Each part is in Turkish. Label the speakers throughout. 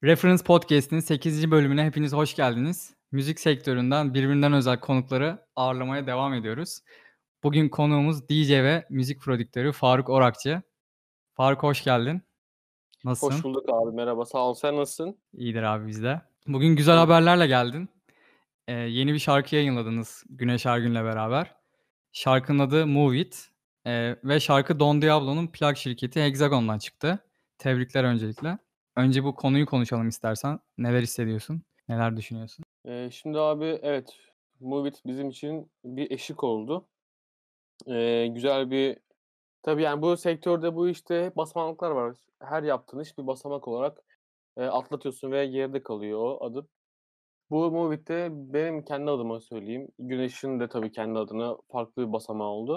Speaker 1: Reference Podcast'in 8. bölümüne hepiniz hoş geldiniz. Müzik sektöründen birbirinden özel konukları ağırlamaya devam ediyoruz. Bugün konuğumuz DJ ve müzik prodüktörü Faruk Orakçı. Faruk hoş geldin.
Speaker 2: Hoş
Speaker 1: Nasılsın?
Speaker 2: bulduk abi. Merhaba. Sağ ol. Sen nasılsın?
Speaker 1: İyidir abi biz de. Bugün güzel
Speaker 2: Hı.
Speaker 1: haberlerle geldin. Yeni bir şarkı yayınladınız Güneş Ergün'le beraber. Şarkının adı Move It ve şarkı Don Diablo'nun plak şirketi Hexagon'dan çıktı. Tebrikler öncelikle. Önce bu konuyu konuşalım istersen. Neler hissediyorsun? Neler düşünüyorsun?
Speaker 2: Şimdi abi evet, Move It bizim için bir eşik oldu. Güzel bir tabii yani bu sektörde bu işte hep basamaklar var. Her yaptığın iş bir basamak olarak atlatıyorsun ve geride kalıyor o adım. Bu Move It'te benim kendi adıma söyleyeyim. Güneş'in de tabii kendi adına farklı bir basamağı oldu.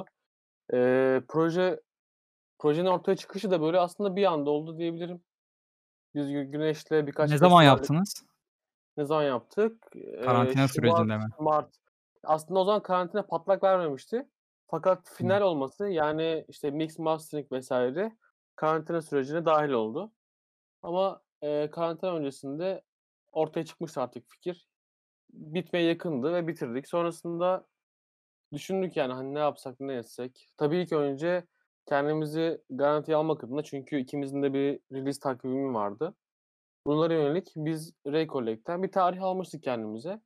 Speaker 2: Projenin ortaya çıkışı da böyle aslında bir anda oldu diyebilirim. Biz Güneş'le
Speaker 1: Ne
Speaker 2: birkaç
Speaker 1: zaman
Speaker 2: festivalde.
Speaker 1: yaptınız?
Speaker 2: Ne zaman yaptık?
Speaker 1: Karantina
Speaker 2: Şubat,
Speaker 1: sürecinde mi?
Speaker 2: mart. Aslında o zaman karantina patlak vermemişti. Fakat
Speaker 1: Hımm.
Speaker 2: final olması, yani, işte, mix mastering vs. karantina sürecine dâhil oldu. Ama, karantina öncesinde ortaya çıkmıştı artık fikir. Bitmeye yakındı ve bitirdik. Sonrasında düşündük, yani, hani, ne yapsak, ne etsek? Tabii ilk önce kendimizi garantiye almak adına çünkü ikimizin de bir release takvimi vardı. Bunlara yönelik biz Recollect'ten bir tarih almıştık kendimize.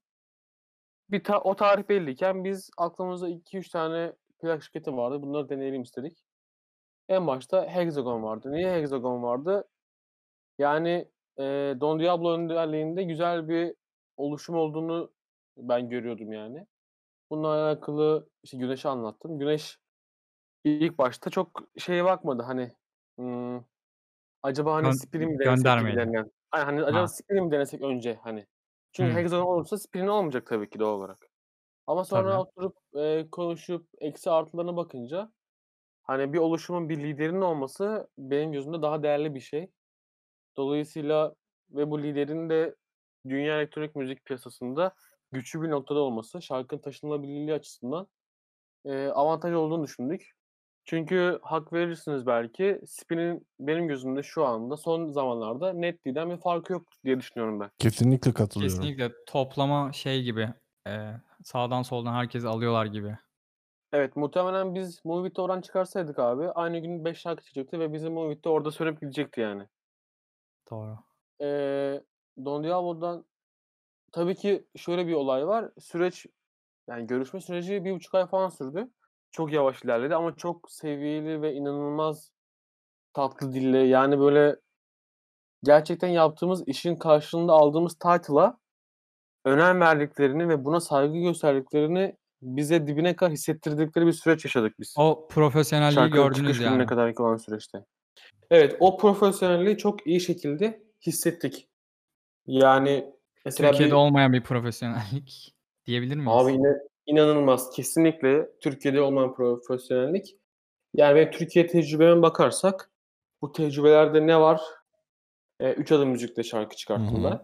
Speaker 2: O tarih belliyken biz aklımızda 2-3 tane plak şirketi vardı. Bunları deneyelim istedik. En başta Hexagon vardı. Niye Hexagon vardı? Yani, Don Diablo önderliğinde güzel bir oluşum olduğunu ben görüyordum yani. Bununla alakalı, işte, Güneş'e anlattım. Güneş ilk başta çok şeye bakmadı, hani, ımm, acaba, hani, Spin'i mi denesek
Speaker 1: Göndermeydi.
Speaker 2: gibilerinden. Hani, acaba
Speaker 1: Ha,
Speaker 2: Spin'i mi denesek önce, hani. Çünkü
Speaker 1: hımm,
Speaker 2: Hexagon olursa Spin'in olmayacak tabii ki doğal olarak. Ama sonra
Speaker 1: tabii.
Speaker 2: oturup, konuşup eksi artılarına bakınca, hani, bir oluşumun bir liderinin olması benim gözümde daha değerli bir şey. Dolayısıyla ve bu liderin de dünya elektronik müzik piyasasında güçlü bir noktada olması şarkının taşınılabilirliği açısından, avantaj olduğunu düşündük. Çünkü hak verirsiniz belki, Spin'in benim gözümde şu anda son zamanlarda Netli'den bir farkı yok diye düşünüyorum ben.
Speaker 3: Kesinlikle katılıyorum.
Speaker 1: Kesinlikle toplama şey gibi, sağdan soldan herkesi alıyorlar gibi.
Speaker 2: Evet, muhtemelen biz Move It'e oradan çıkarsaydık abi aynı gün 5 şarkı çıkacaktı ve bizim Move It'te orada sönüp gidecekti yani.
Speaker 1: Doğru.
Speaker 2: Eee, Don Diablo'dan tabii ki şöyle bir olay var. Yani görüşme süreci 1,5 ay falan sürdü. Çok yavaş ilerledi ama çok seviyeli ve inanılmaz tatlı dille, yani, böyle, gerçekten yaptığımız işin karşılığında aldığımız title'a önem verdiklerini ve buna saygı gösterdiklerini bize dibine kadar hissettirdikleri bir süreç yaşadık biz.
Speaker 1: O profesyonelliği
Speaker 2: Şarkının
Speaker 1: gördünüz
Speaker 2: çıkış gününe
Speaker 1: yani.
Speaker 2: kadarki olan süreçte. Evet, o profesyonelliği çok iyi şekilde hissettik. Yani, mesela
Speaker 1: Türkiye'de olmayan bir profesyonellik diyebilir
Speaker 2: abi
Speaker 1: miyiz?
Speaker 2: yine inanılmaz, kesinlikle Türkiye'de olmayan profesyonellik. Yani benim Türkiye tecrübeme bakarsak bu tecrübelerde ne var? 3 Adım Müzik'te şarkı
Speaker 3: Hı
Speaker 2: çıkarttım
Speaker 3: hı.
Speaker 2: ben.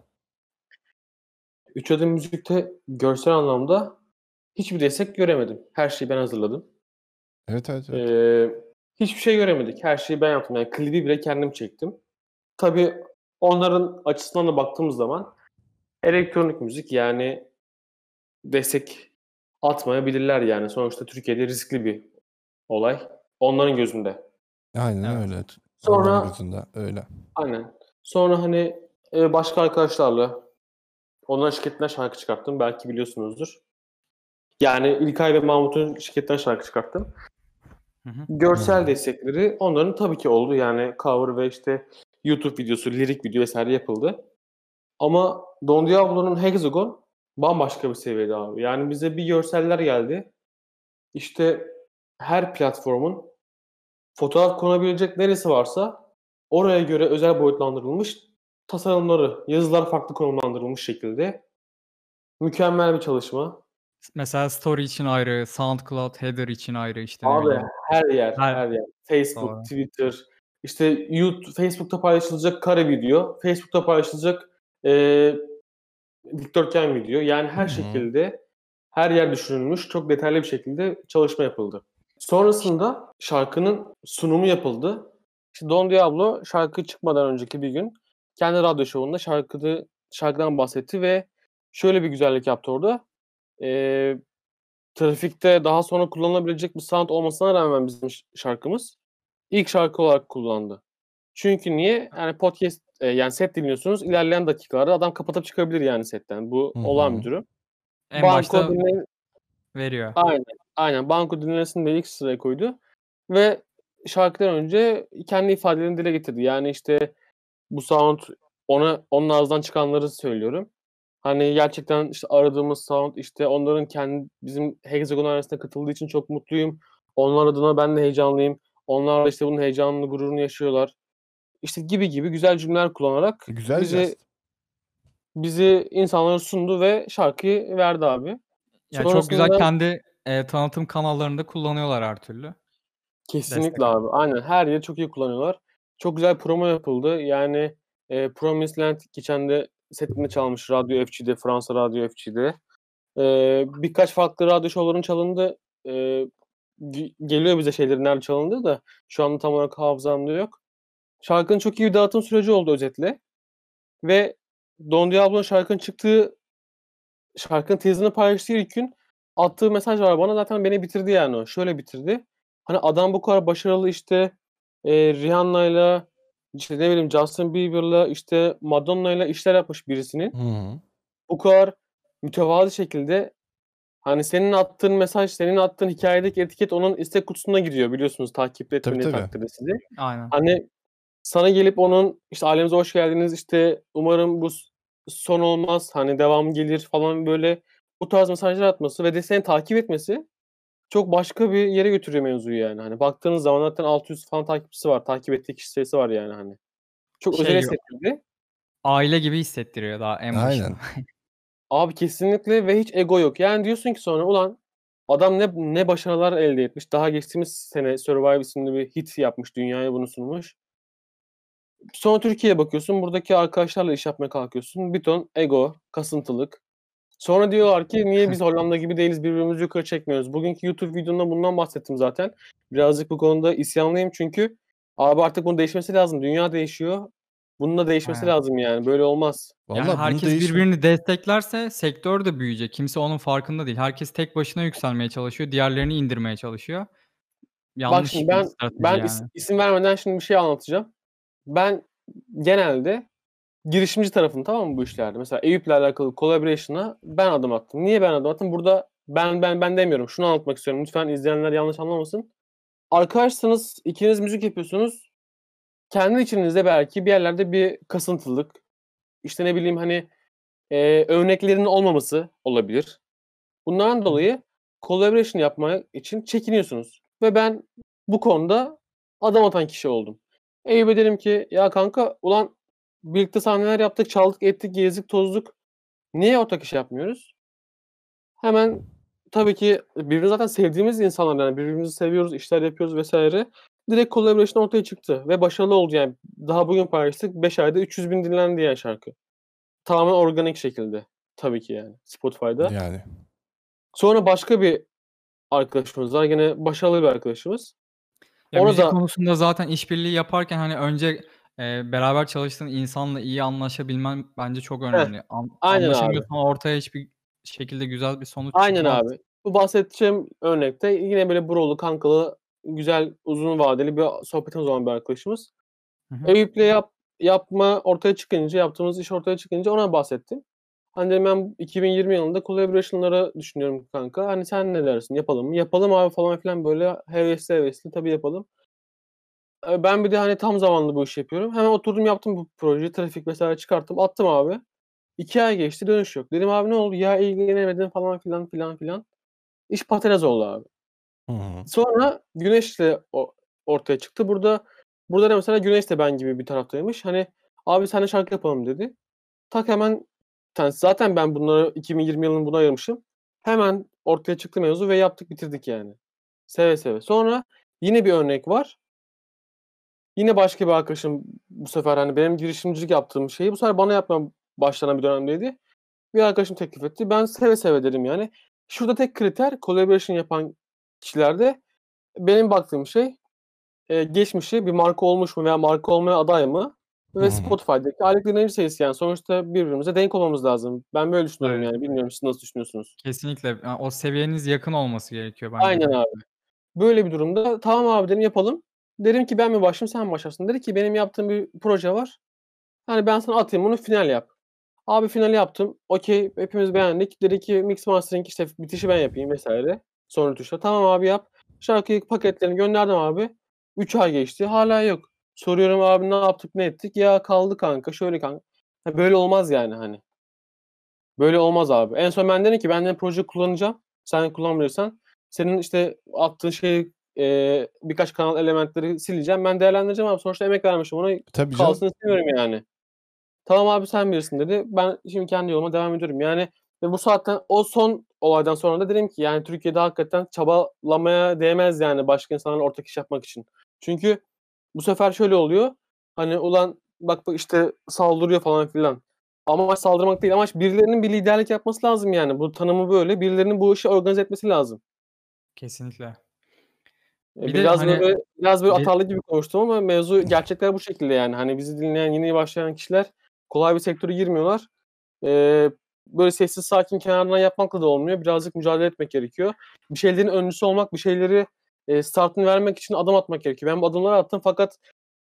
Speaker 2: 3 Adım Müzik'te görsel anlamda hiçbir destek göremedim. Her şeyi ben hazırladım.
Speaker 3: Evet, evet, evet.
Speaker 2: Eee, Hiçbir şey göremedik. Her şeyi ben yaptım. Yani klibi bile kendim çektim. Tabii onların açısından da baktığımız zaman elektronik müzik, yani, destek atmayabilirler yani. Sonuçta Türkiye'de riskli bir olay onların gözünde.
Speaker 3: Aynen
Speaker 1: Evet.
Speaker 3: öyle. Onların
Speaker 2: Sonra
Speaker 3: gözünde öyle.
Speaker 2: aynen. Sonra, hani, başka arkadaşlarla onların şirketinden şarkı çıkarttım. Belki biliyorsunuzdur. Yani İlkay ve Mahmut'un şirketinden şarkı çıkarttım.
Speaker 1: Hı hı.
Speaker 3: Hı hı.
Speaker 2: Görsel destekleri onların tabii ki oldu. Yani cover ve, işte, YouTube videosu, lirik video vs. yapıldı. Ama Don Diablo'nun Hexagon bambaşka bir seviyede abi. Yani bize bir görseller geldi. İşte, her platformun fotoğraf konabilecek neresi varsa oraya göre özel boyutlandırılmış tasarımları, yazılar farklı konumlandırılmış şekilde. Mükemmel bir çalışma.
Speaker 1: Mesela story için ayrı, SoundCloud header için ayrı, işte, ne
Speaker 2: Abi
Speaker 1: bileyim.
Speaker 2: her yer,
Speaker 1: Her
Speaker 2: her yer. Facebook,
Speaker 1: Doğru.
Speaker 2: Twitter, işte Facebook'ta paylaşılacak kare video, Facebook'ta paylaşılacak, eee, dikdörtgen video. Yani
Speaker 3: Hı
Speaker 2: her
Speaker 3: hı.
Speaker 2: şekilde, her yer düşünülmüş, çok detaylı bir şekilde çalışma yapıldı. Sonrasında şarkının sunumu yapıldı. İşte Don Diablo şarkı çıkmadan önceki bir gün kendi radyo şovunda şarkıdan bahsetti ve şöyle bir güzellik yaptı orada. Trafikte daha sonra kullanılabilecek bir sound olmasına rağmen bizim şarkımız ilk şarkı olarak kullandı. Çünkü niye? Yani podcast yani set dinliyorsunuz. İlerleyen dakikalarda adam kapatıp çıkabilir yani setten. Bu olağan bir durum.
Speaker 1: En başta veriyor.
Speaker 2: Aynen. Banko dinlensin diye ilk sıraya koydu ve şarkıdan önce kendi ifadelerini dile getirdi. Yani işte bu sound onun ağzından çıkanları söylüyorum. Hani gerçekten işte aradığımız sound işte onların bizim Hexagon ailesine katıldığı için çok mutluyum. Onlar adına ben de heyecanlıyım. Onlar da işte bunun heyecanını, gururunu yaşıyorlar. İşte gibi güzel cümleler kullanarak
Speaker 3: Güzel
Speaker 2: bizi insanlara sundu ve şarkıyı verdi abi.
Speaker 1: Yani çok güzel
Speaker 2: Sonrasında
Speaker 1: kendi, tanıtım kanallarında kullanıyorlar her türlü.
Speaker 2: kesinlikle
Speaker 1: Destek
Speaker 2: abi. Aynen. Her yeri çok iyi kullanıyorlar. Çok güzel promo yapıldı. Yani Promised Land geçen de setinde çalmış Radyo FG'de, Fransa Radyo FG'de. Birkaç farklı radyo şovların çalındı. Geliyor bize şeylerin nerede çalındığı da şu anda tam olarak hafızamda yok. Şarkının çok iyi bir dağıtım süreci oldu özetle. Ve Don Diablo'nun şarkının tezini paylaştığı ilk gün attığı mesaj var bana. Zaten beni bitirdi yani o. Şöyle bitirdi. Hani adam bu kadar başarılı işte Rihanna'yla işte ne bileyim Justin Bieber'la işte Madonna'yla işler yapmış birisinin. Bu kadar mütevazi şekilde hani senin attığın mesaj, senin attığın hikâyedeki etiket onun istek kutusuna giriyor biliyorsunuz takipte etmediği takdirde sizi.
Speaker 1: Aynen.
Speaker 2: Hani sana gelip onun işte ailemize hoş geldiniz işte umarım bu son olmaz hani devam gelir falan böyle bu tarz mesajlar atması ve de seni takip etmesi çok başka bir yere götürüyor mevzuyu yani. Hani baktığınız zaman zaten 600 falan takipçisi var. Takip ettiği kişi sayısı var yani hani. Çok özel
Speaker 1: Şey gibi,
Speaker 2: hissettirdi.
Speaker 1: aile gibi hissettiriyor daha en başında.
Speaker 2: Abi kesinlikle ve hiç ego yok. Yani diyorsun ki sonra ulan adam ne başarılar elde etmiş. Daha geçtiğimiz sene Survivor isimli bir hit yapmış. Dünyaya bunu sunmuş. Sonra Türkiye'ye bakıyorsun. Buradaki arkadaşlarla iş yapmaya kalkıyorsun. Bir ton ego, kasıntılık. Sonra diyorlar ki niye biz Hollanda gibi değiliz, birbirimizi yukarı çekmiyoruz. Bugünkü YouTube videomda bundan bahsettim zaten. Birazcık bu konuda isyanlıyım çünkü abi artık bunun değişmesi lazım. Dünya değişiyor. Bunun da değişmesi
Speaker 1: Aynen.
Speaker 2: lazım yani. Böyle olmaz.
Speaker 1: Yani herkes birbirini desteklerse sektör de büyüyecek. Kimse onun farkında değil. Herkes tek başına yükselmeye çalışıyor. Diğerlerini indirmeye çalışıyor.
Speaker 2: Bak
Speaker 1: Yanlış
Speaker 2: şimdi
Speaker 1: bir strateji yani.
Speaker 2: isim vermeden şimdi bir şey anlatacağım. Ben genelde girişimci tarafım, tamam mı, bu işlerde? Mesela Eyüp'le alakalı collaboration'a ben adım attım. Niye ben adım attım? Burada ben demiyorum. Şunu anlatmak istiyorum. Lütfen izleyenler yanlış anlamasın. Arkadaşsınız, ikiniz müzik yapıyorsunuz. Kendi içinizde belki bir yerlerde bir kasıntılık, işte ne bileyim hani örneklerin olmaması olabilir. Bundan dolayı collaboration yapmak için çekiniyorsunuz. Ve ben bu konuda adım atan kişi oldum. Eyüp'e dedim ki ya kanka ulan birlikte sahneler yaptık, çaldık, ettik, gezdik, tozduk. Niye ortak iş yapmıyoruz? Hemen tabii ki birbirini zaten sevdiğimiz insanlar yani birbirimizi seviyoruz, işler yapıyoruz vesaire. Direkt collaboration ortaya çıktı ve başarılı oldu yani. Daha bugün paylaştık. 5 ayda 300.000 dinlendi yani şarkı. Tamamen organik şekilde. Tabii ki yani Spotify'da.
Speaker 3: Yani.
Speaker 2: Sonra başka bir arkadaşımız var. Gene başarılı bir arkadaşımız.
Speaker 1: Ya,
Speaker 2: Ona
Speaker 1: müzik
Speaker 2: da
Speaker 1: konusunda zaten işbirliği yaparken, hani, önce, beraber çalıştığın insanla iyi anlaşabilmen bence çok
Speaker 2: Heh,
Speaker 1: önemli.
Speaker 2: aynen abi.
Speaker 1: Anlaşamıyorsan ortaya hiçbir şekilde güzel bir sonuç
Speaker 2: Aynen
Speaker 1: çıkmaz.
Speaker 2: abi. Bu bahsedeceğim örnekte yine böyle brolu, kankalı, güzel, uzun vadeli bir sohbetimiz olan bir arkadaşımız.
Speaker 1: Hı hı.
Speaker 2: Eyüp'le yaptığımız iş ortaya çıkınca ona bahsettim. Hani dedim ben 2020 yılında collaboration'ları düşünüyorum kanka. Hani sen ne dersin? Yapalım mı? Yapalım abi falan filan böyle hevesli tabii yapalım. Ben bir de hani tam zamanlı bu işi yapıyorum. Hemen oturdum yaptım bu projeyi. Trafik vesaire çıkarttım. Attım abi. 2 ay geçti dönüş yok. Dedim abi ne oldu? Ya ilgilenemedim falan filan. İş patates oldu abi. Sonra Güneş de ortaya çıktı. Burada da mesela Güneş de ben gibi bir taraftaymış. Hani abi seninle şarkı yapalım dedi. Tak hemen zaten ben bunları 2020 yılını buna ayırmışım. Hemen ortaya çıktı mevzu ve yaptık bitirdik yani. Seve seve. Sonra yine bir örnek var. Yine başka bir arkadaşım bu sefer hani benim girişimcilik yaptığım şeyi bu sefer bana yapmaya başlanan bir dönemdeydi. Bir arkadaşım teklif etti. Ben seve seve dedim yani. Şurada tek kriter collaboration yapan kişilerde benim baktığım şey geçmişi bir marka olmuş mu veya marka olmaya aday mı?
Speaker 3: Hı
Speaker 2: ve
Speaker 3: hı.
Speaker 2: Spotify'daki aylık dinleyici sayısı yani. Sonuçta birbirimize denk olmamız lazım. Ben böyle düşünüyorum
Speaker 1: Evet.
Speaker 2: yani. Bilmiyorum siz nasıl düşünüyorsunuz?
Speaker 1: Kesinlikle. O seviyeniz yakın olması gerekiyor bence
Speaker 2: Aynen
Speaker 1: de.
Speaker 2: abi. Böyle bir durumda tamam abi dedim yapalım. Dedim ki ben mi başlayayım sen mi başlarsın? Dedi ki benim yaptığım bir proje var. Hani ben sana atayım bunu final yap. Abi finali yaptım. Okey hepimiz beğendik. Dedi ki mix mastering işte bitişi ben yapayım vesaire. Sonra tuşla. Tamam abi yap. Şarkıyı paketlerini gönderdim abi. 3 ay geçti. Hala yok. Soruyorum abi ne yaptık ne ettik? Ya kaldı kanka şöyle kanka. Ha, böyle olmaz yani hani. Böyle olmaz abi. En son ben dedim ki ben de proje kullanacağım. Sen kullanmıyorsan senin işte attığın şey birkaç kanal elementleri sileceğim. Ben değerlendireceğim abi. Sonuçta emek vermişim ona.
Speaker 3: Tabii canım.
Speaker 2: Kalsın istemiyorum yani. Tamam abi sen bilirsin dedi. Ben şimdi kendi yoluma devam ediyorum. Yani ve bu saatten o son olaydan sonra da dedim ki yani Türkiye'de hakikaten çabalamaya değmez yani başka insanlarla ortak iş yapmak için. Çünkü bu sefer şöyle oluyor. Hani ulan bak bak işte saldırıyor falan filan. Amaç saldırmak değil. Amaç birilerinin bir liderlik yapması lazım yani. Bu tanımı böyle. Birilerinin bu işi organize etmesi lazım.
Speaker 1: Kesinlikle.
Speaker 2: E,
Speaker 1: Bir de
Speaker 2: biraz
Speaker 1: hani
Speaker 2: böyle biraz böyle
Speaker 1: bir
Speaker 2: atarlı gibi konuştum ama mevzu gerçekler bu şekilde yani. Hani bizi dinleyen yeni başlayan kişiler kolay bir sektöre girmiyorlar. Böyle sessiz sakin kenarından yapmakla da olmuyor. Birazcık mücadele etmek gerekiyor. Bir şeylerin öncüsü olmak, bir şeyleri startını vermek için adım atmak gerekiyor. Ben bu adımları attım fakat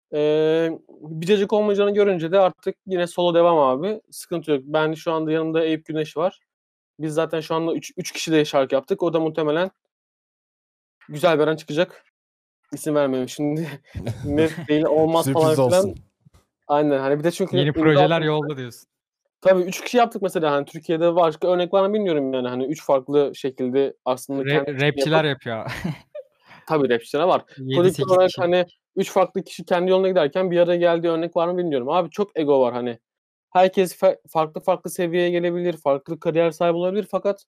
Speaker 2: bir cacık olmayacağını görünce de artık yine solo devam abi. Sıkıntı yok. Ben şu anda yanımda Eyüp Güneş var. Biz zaten şu anda 3 kişi de şarkı yaptık. O da muhtemelen güzel bir an çıkacak. İsim vermeyeyim şimdi. Net değil, olmaz
Speaker 3: Sürpriz
Speaker 2: falan
Speaker 3: olsun.
Speaker 2: filan. Aynen. Hani bir de çünkü
Speaker 1: yeni
Speaker 2: imza
Speaker 1: projeler
Speaker 2: atmak.
Speaker 1: yolda diyorsun.
Speaker 2: Tabii 3 kişi yaptık mesela. Hani Türkiye'de başka örnek var mı bilmiyorum yani. Hani 3 farklı şekilde aslında kendi işini
Speaker 1: Rapçiler
Speaker 2: yapıp
Speaker 1: yapıyor.
Speaker 2: tabii rapçiler var. Prodüktör
Speaker 1: 7-8
Speaker 2: olarak
Speaker 1: kişi.
Speaker 2: hani 3 farklı kişi kendi yoluna giderken bir araya geldiği örnek var mı bilmiyorum. Abi çok ego var hani. Herkes farklı farklı seviyeye gelebilir, farklı kariyer sahibi olabilir fakat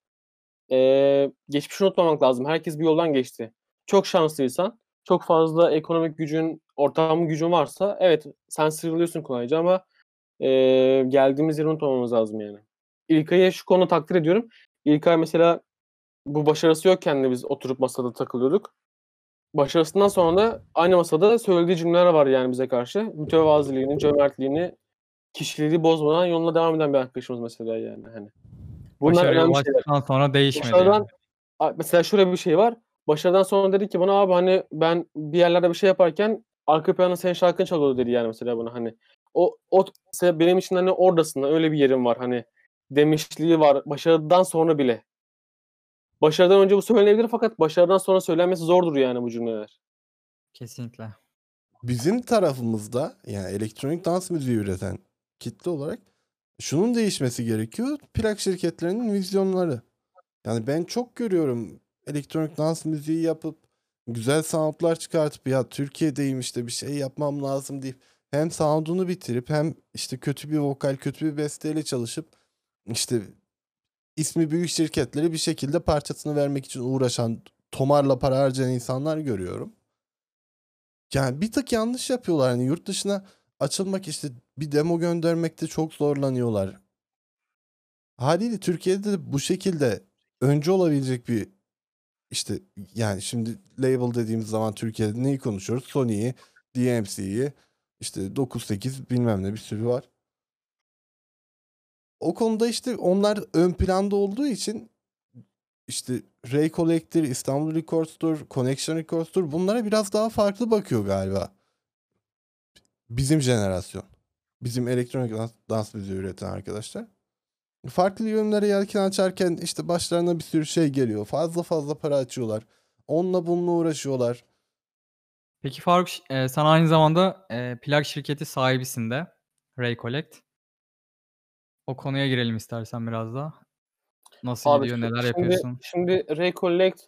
Speaker 2: geçmişi unutmamak lazım. Herkes bir yoldan geçti. Çok şanslıysan, çok fazla ekonomik gücün, ortam gücün varsa evet sen sıyrılıyorsun kolayca ama geldiğimiz yeri unutmamamız lazım yani. İlkay'ı şu konuda takdir ediyorum. İlkay mesela bu başarısı yokken de biz oturup masada takılıyorduk. Başarısından sonra da aynı masada söylediği cümleler var yani bize karşı. Mütevaziliğini, cömertliğini, kişiliği bozmadan yoluna devam eden bir arkadaşımız mesela yani hani. Bunlar
Speaker 1: Başarıya
Speaker 2: önemli şeyler.
Speaker 1: ulaştıktan sonra değişmedi yani.
Speaker 2: Başarıdan mesela şöyle bir şey var. Başarıdan sonra dedi ki bana abi hani ben bir yerlerde bir şey yaparken arka planda senin şarkın çalıyordu dedi yani mesela bana hani. O mesela benim için hani oradasın öyle bir yerim var hani demişliği var başarıdan sonra bile. Başarıdan önce bu söylenebilir fakat başarıdan sonra söylenmesi zordur yani bu cümleler.
Speaker 1: Kesinlikle.
Speaker 3: Bizim tarafımızda yani elektronik dans müziği üreten kitle olarak şunun değişmesi gerekiyor. Plak şirketlerinin vizyonları. Yani ben çok görüyorum elektronik dans müziği yapıp güzel soundlar çıkartıp ya Türkiye'deyim işte bir şey yapmam lazım deyip hem sound'unu bitirip hem işte kötü bir vokal, kötü bir besteyle çalışıp işte ismi büyük şirketlere bir şekilde parçasını vermek için uğraşan, tomarla para harcayan insanlar görüyorum. Yani bir tık yanlış yapıyorlar. Hani yurt dışına açılmak işte bir demo göndermekte çok zorlanıyorlar. Haliyle Türkiye'de de bu şekilde öncü olabilecek bir işte yani şimdi label dediğimiz zaman Türkiye'de neyi konuşuyoruz? Sony'yi, DMC'yi, işte 9-8 bilmem ne bir sürü var. O konuda işte onlar ön planda olduğu için işte Ray Collector, İstanbul Records'tur, Connection Records'tur bunlara biraz daha farklı bakıyor galiba. Bizim jenerasyon. Bizim elektronik dans müziği üreten arkadaşlar. Farklı yönlere yelken açarken işte başlarına bir sürü şey geliyor. Fazla fazla para açıyorlar. Onunla bununla uğraşıyorlar.
Speaker 1: Peki Faruk, sen aynı zamanda, plak şirketi sahibisin de, Ray Collect. O konuya girelim istersen biraz da. Nasıl
Speaker 2: Abi
Speaker 1: gidiyor, neler
Speaker 2: şimdi
Speaker 1: yapıyorsun?
Speaker 2: şimdi Recollect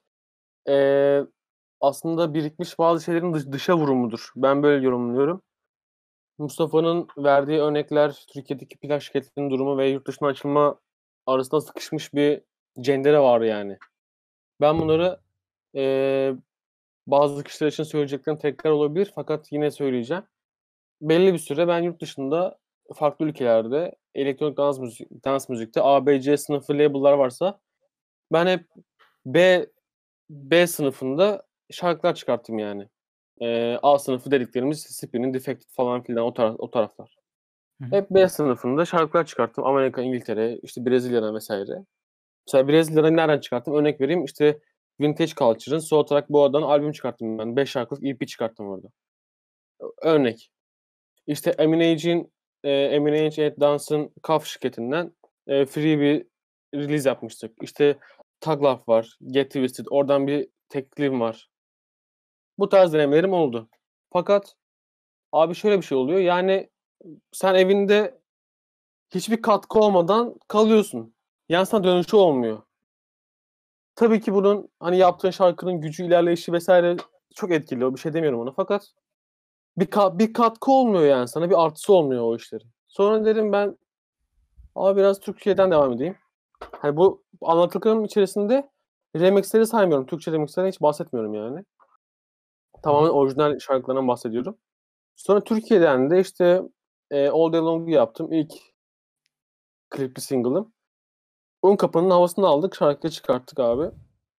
Speaker 2: aslında birikmiş bazı şeylerin dışa vurumudur. Ben böyle yorumluyorum. Mustafa'nın verdiği örnekler Türkiye'deki plak şirketlerinin durumu ve yurt dışına açılma arasında sıkışmış bir cendere var yani. Ben bunları eee, bazı kişiler için söyleyeceklerim tekrar olabilir fakat yine söyleyeceğim. Belli bir süre ben yurt dışında farklı ülkelerde elektronik dans müzikte A, B, C sınıfı label'lar varsa ben hep B B sınıfında şarkılar çıkarttım yani. A sınıfı dediklerimiz Spin'in, Defected falan filan o taraflar.
Speaker 1: Hı hı.
Speaker 2: Hep B sınıfında şarkılar çıkarttım. Amerika, İngiltere, işte Brezilya'dan vesaire. Mesela Brezilya'dan nereden çıkarttım? Örnek vereyim. İşte Vintage Culture'ın Sol Track Boa'dan albüm çıkarttım ben. 5 şarkılık EP çıkarttım orada. Örnek. İşte Eminence Dance'ın Kaf şirketinden free bir release yapmıştık. İşte Tug Life var, Get Twisted. Oradan bir teklifim var. Bu tarz denemelerim oldu. Fakat abi şöyle bir şey oluyor. Yani sen evinde hiçbir katkı olmadan kalıyorsun. Yani sana dönüşü olmuyor. Tabii ki bunun hani yaptığın şarkının gücü, ilerleyişi vesaire çok etkili. O bir şey demiyorum ona. Fakat bir katkı olmuyor yani. Sana bir artısı olmuyor o işlerin. Sonra dedim ben biraz Türkiye'den devam edeyim. Hani bu anlattıklarım içerisinde remixleri saymıyorum. Türkçe remixlerden hiç bahsetmiyorum yani. Tamamen orijinal şarkılardan bahsediyorum. Sonra Türkiye'den de işte All Day Long'u yaptım. İlk klipli single'ım. Un kapının havasını aldık. Şarkıyı çıkarttık abi.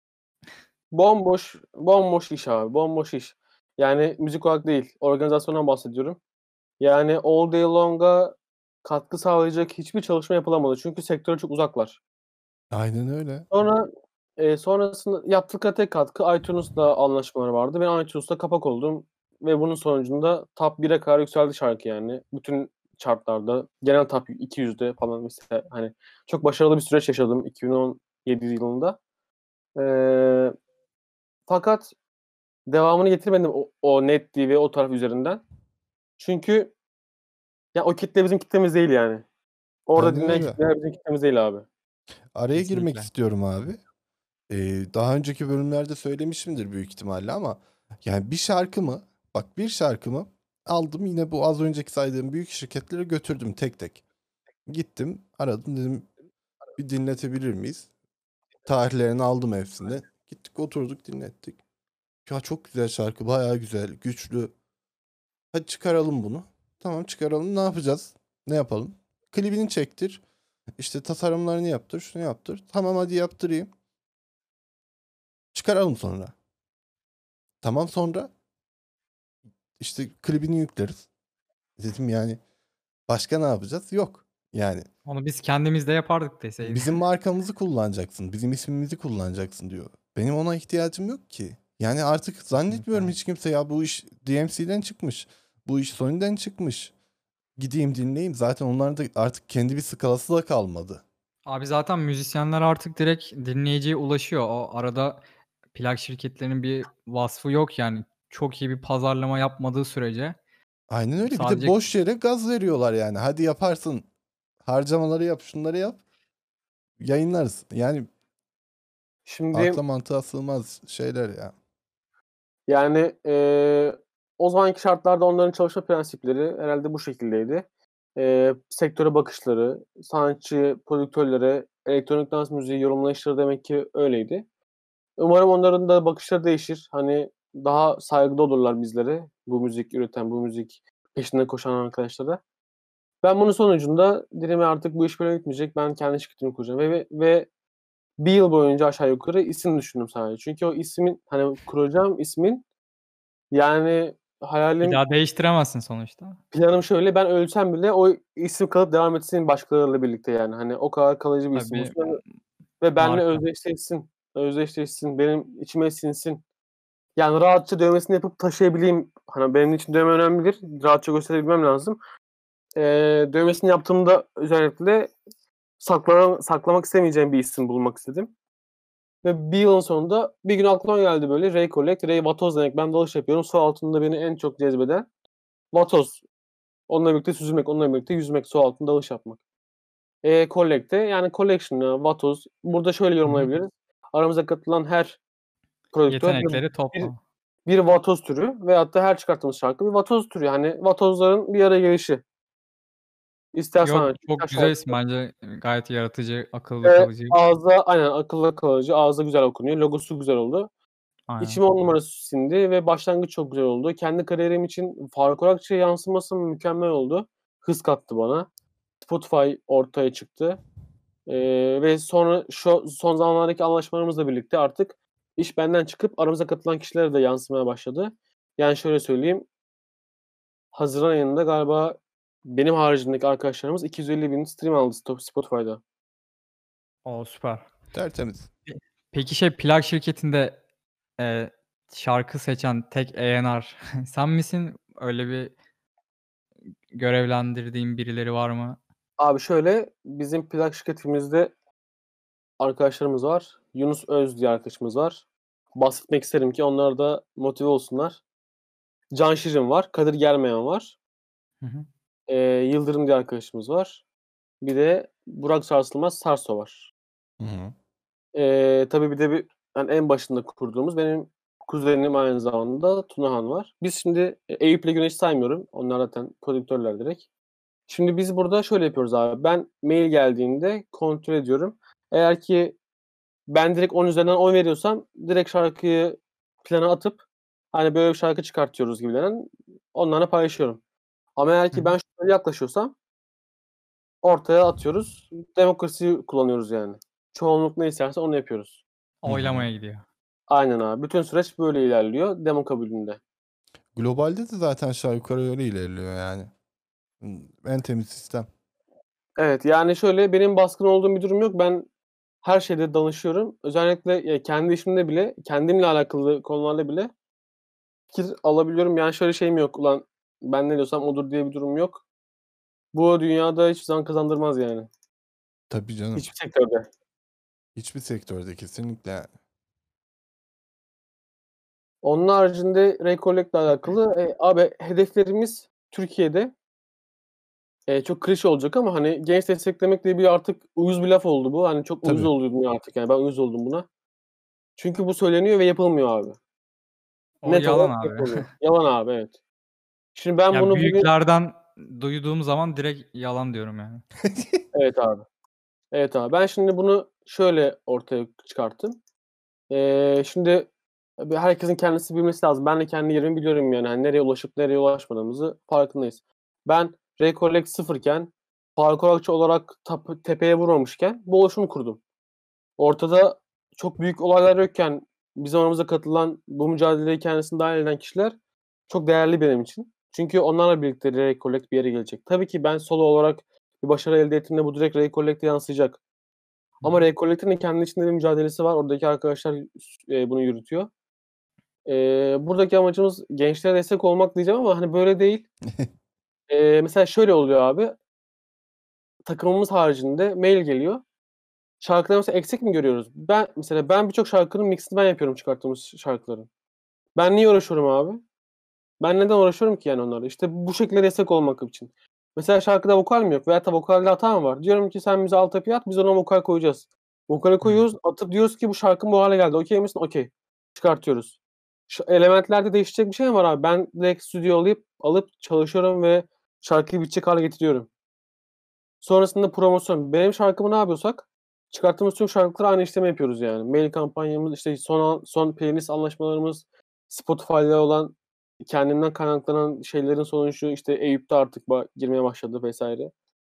Speaker 2: Bomboş iş abi. Bomboş iş. Yani müzik olarak değil. Organizasyondan bahsediyorum. Yani All Day Long'a katkı sağlayacak hiçbir çalışma yapılamadı. Çünkü sektöre çok uzaklar.
Speaker 3: Aynen öyle.
Speaker 2: Sonra sonrasında yaptıkları tek katkı iTunes'la anlaşmaları vardı. Ben iTunes'ta kapak oldum ve bunun sonucunda top 1'e kadar yükseldi şarkı yani. Bütün chartlarda, genel top 200'de falan mesela hani çok başarılı bir süreç yaşadım 2017 yılında. Fakat devamını getirmedim o Net TV o taraf üzerinden. Çünkü ya o kitle bizim kitlemiz değil yani. Orada
Speaker 3: Aynen
Speaker 2: dinleyen
Speaker 3: öyle.
Speaker 2: kitleler bizim kitlemiz değil abi.
Speaker 3: Araya girmek
Speaker 1: Kesinlikle.
Speaker 3: istiyorum abi. Daha önceki bölümlerde söylemişimdir büyük ihtimalle ama yani bir şarkı mı? Bak bir şarkı mı? Aldım yine bu az önceki saydığım büyük şirketlere götürdüm tek tek. Gittim aradım dedim bir dinletebilir miyiz? Tarihlerini aldım hepsini. Gittik oturduk dinlettik. Ya çok güzel şarkı bayağı güzel güçlü. Hadi çıkaralım bunu. Tamam çıkaralım ne yapacağız? Ne yapalım? Klibini çektir. İşte tasarımlarını yaptır şunu yaptır. Tamam hadi yaptırayım. Çıkaralım sonra. Tamam sonra işte klibini yükleriz. Dedim yani başka ne yapacağız? Yok. Yani
Speaker 1: Onu biz kendimiz de yapardık deseydin.
Speaker 3: bizim markamızı kullanacaksın. Bizim ismimizi kullanacaksın diyor. Benim ona ihtiyacım yok ki. Yani artık zannetmiyorum
Speaker 1: Kesinlikle.
Speaker 3: hiç kimse ya bu iş DMC'den çıkmış. Bu iş Sony'den çıkmış. Gideyim dinleyeyim. Zaten onların da artık kendi bir skalası da kalmadı.
Speaker 1: Abi zaten müzisyenler artık direkt dinleyiciye ulaşıyor. O arada plak şirketlerinin bir vasfı yok yani. Çok iyi bir pazarlama yapmadığı sürece
Speaker 3: Aynen öyle. Bir de
Speaker 1: sadece
Speaker 3: boş yere gaz veriyorlar yani. Hadi yaparsın. Harcamaları yap, şunları yap. Yayınlarız. Yani
Speaker 2: Şimdi
Speaker 3: akla mantığa sığmaz şeyler ya.
Speaker 2: yani o zamanki şartlarda onların çalışma prensipleri herhalde bu şekildeydi. Sektöre bakışları, sanatçı, prodüktörlere, elektronik dans müziği yorumlayışları demek ki öyleydi. Umarım onların da bakışları değişir. Hani daha saygılı olurlar bizlere. Bu müzik üreten, bu müzik peşinde koşan arkadaşlara. Ben bunun sonucunda dedim artık bu iş böyle gitmeyecek. Ben kendi şirketimi kuracağım. Ve bir yıl boyunca aşağı yukarı isim düşündüm sadece. Çünkü o ismin hani kuracağım ismin yani
Speaker 1: bir
Speaker 2: hayalim,
Speaker 1: daha değiştiremezsin sonuçta.
Speaker 2: planım şöyle: ben ölsem bile o isim kalıp devam etsin başkalarıyla birlikte yani. Hani o kadar kalıcı bir isim
Speaker 1: Tabii,
Speaker 2: olsun ve benimle
Speaker 1: marka.
Speaker 2: özdeşleşsin, benim içime sinsin. Yani rahatça dövmesini yapıp taşıyabileyim. Hani benim için dövme önemlidir. Rahatça gösterebilmem lazım. Dövmesini yaptığımda özellikle saklamak istemeyeceğim bir isim bulmak istedim. Ve bir yılın sonunda bir gün aklıma geldi böyle Ray Collect, Ray Vatoz demek. Ben dalış yapıyorum. Su altında beni en çok cezbeden Vatoz. Onunla birlikte süzülmek, onunla birlikte yüzmek, su altında dalış yapmak. Collect'te yani collection ya, Vatoz. Burada şöyle
Speaker 1: Hı hı.
Speaker 2: yorumlayabiliriz. Aramıza katılan her prodüktör
Speaker 1: Yetenekleri
Speaker 2: bir,
Speaker 1: topla.
Speaker 2: bir vatoz türü veyahut da her çıkarttığımız şarkı bir vatoz türü. Yani vatozların bir araya gelişi. İster
Speaker 1: Yok,
Speaker 2: sanatçı, ister
Speaker 1: çok güzel isim
Speaker 2: şarkıcı.
Speaker 1: bence. Gayet yaratıcı, akılda kalıcı.
Speaker 2: Aynen akılda kalıcı, ağza güzel okunuyor. Logosu güzel oldu.
Speaker 1: Aynen.
Speaker 2: İçime 10 numarası sindi ve başlangıç çok güzel oldu. Kendi kariyerim için Faruk Arakçı'ya yansıması mükemmel oldu. Hız kattı bana. Spotify ortaya çıktı. Ve sonra şu son zamanlardaki anlaşmalarımızla birlikte artık iş benden çıkıp aramıza katılan kişilere de yansımaya başladı. Yani şöyle söyleyeyim. Haziran ayında galiba benim haricimdeki arkadaşlarımız 250.000 stream aldı Spotify'da.
Speaker 1: O, süper.
Speaker 3: Tertemiz.
Speaker 1: Peki plak şirketinde, şarkı seçen tek A&R sen misin? Öyle bir görevlendirdiğin birileri var mı?
Speaker 2: Abi şöyle, bizim plak şirketimizde arkadaşlarımız var. Yunus Öz diye arkadaşımız var. Bahsetmek isterim ki onlar da motive olsunlar. Can Şirin var. Kadir Germeyan var.
Speaker 1: Hı hı.
Speaker 2: Yıldırım diye arkadaşımız var. Bir de Burak Sarsılmaz Sarso var.
Speaker 3: Hı hı.
Speaker 2: Tabii bir de yani en başında kurduğumuz benim kuzenim aynı zamanda Tunahan var. Biz şimdi Eyüp'le Güneş'i saymıyorum. Onlar zaten prodüktörler direkt. Şimdi biz burada şöyle yapıyoruz abi. Ben mail geldiğinde kontrol ediyorum. Eğer ki ben direkt 10 üzerinden 10 veriyorsam direkt şarkıyı plana atıp hani böyle bir şarkı çıkartıyoruz gibilerinden onlarla paylaşıyorum. Ama eğer
Speaker 1: Hı
Speaker 2: ki
Speaker 1: hı.
Speaker 2: ben şöyle yaklaşıyorsam ortaya atıyoruz. Demokrasi kullanıyoruz yani. Çoğunluk ne isterse onu yapıyoruz.
Speaker 3: Hı hı.
Speaker 1: Oylamaya gidiyor.
Speaker 2: Aynen abi. Bütün süreç böyle ilerliyor demo kabulünde.
Speaker 3: Globalde de zaten aşağı yukarı öyle ilerliyor yani. En temiz sistem.
Speaker 2: Evet yani şöyle benim baskın olduğum bir durum yok. Ben her şeyde danışıyorum. Özellikle kendi işimde bile, kendimle alakalı konularda bile fikir alabiliyorum. Yani şöyle şeyim yok. Ulan ben ne diyorsam odur diye bir durum yok. Bu dünyada hiçbir zaman kazandırmaz yani.
Speaker 3: Tabii canım.
Speaker 2: Hiçbir sektörde.
Speaker 3: Hiçbir sektörde kesinlikle yani.
Speaker 2: Onun haricinde Recollect'le alakalı abi hedeflerimiz Türkiye'de çok klişe olacak ama hani genç desteklemek diye bir artık uyuz bir laf oldu bu. Hani çok uyuz
Speaker 3: Tabii.
Speaker 2: oldum ya artık yani ben uyuz oldum buna. Çünkü bu söyleniyor ve yapılmıyor abi.
Speaker 1: O
Speaker 2: Net
Speaker 1: yalan
Speaker 2: olarak
Speaker 1: abi.
Speaker 2: yapılmıyor. Yalan abi evet. Şimdi ben
Speaker 1: Ya,
Speaker 2: bunu bugün
Speaker 1: büyüklerden duyduğum zaman direkt yalan diyorum yani.
Speaker 2: evet abi. Evet abi. Ben şimdi bunu şöyle ortaya çıkarttım. Şimdi herkesin kendisi bilmesi lazım. Ben de kendi yerimi biliyorum yani. Hani nereye ulaşıp nereye ulaşmadığımızı farkındayız. Ben Recollect sıfırken parkur akçı olarak tepeye vurmamışken bu oluşumu kurdum. Ortada çok büyük olaylar yokken bizim aramıza katılan bu mücadeleye kendisini dahil eden kişiler çok değerli benim için. Çünkü onlarla birlikte Recollect bir yere gelecek. Tabii ki ben solo olarak bir başarı elde ettiğimde bu direkt Recollect'e yansıyacak.
Speaker 1: Hı
Speaker 2: Ama
Speaker 1: hı.
Speaker 2: Recollect'in de kendi içinde bir mücadelesi var. Oradaki arkadaşlar bunu yürütüyor. Buradaki amacımız gençlere destek olmak diyeceğim ama hani böyle değil. Mesela şöyle oluyor abi. Takımımız haricinde mail geliyor. Şarkıları mesela eksik mi görüyoruz? Ben birçok şarkının mixini ben yapıyorum çıkarttığımız şarkıların. Ben niye uğraşıyorum abi? Ben neden uğraşıyorum ki yani onlarla? İşte bu şekilde destek olmak için. Mesela şarkıda vokal mi yok veya da vokalde hata mı var? Diyorum ki sen bize altyapı at, biz ona vokal koyacağız. Vokali
Speaker 1: Hımm.
Speaker 2: koyuyoruz, atıp diyoruz ki bu şarkı bu hale geldi. Okey misin? Okey. Çıkartıyoruz. Şu elementlerde değişecek bir şey mi var abi? Ben direkt stüdyo alıp çalışıyorum ve şarkıyı bitecek hale getiriyorum. Sonrasında promosyon. Benim şarkımı ne yapıyorsak çıkarttığımız tüm şarkılara aynı işlemi yapıyoruz yani. Mail kampanyamız, işte son playlist anlaşmalarımız, Spotify'la olan kendimden kaynaklanan şeylerin sonucu işte Eyüp'te artık girmeye başladı vesaire.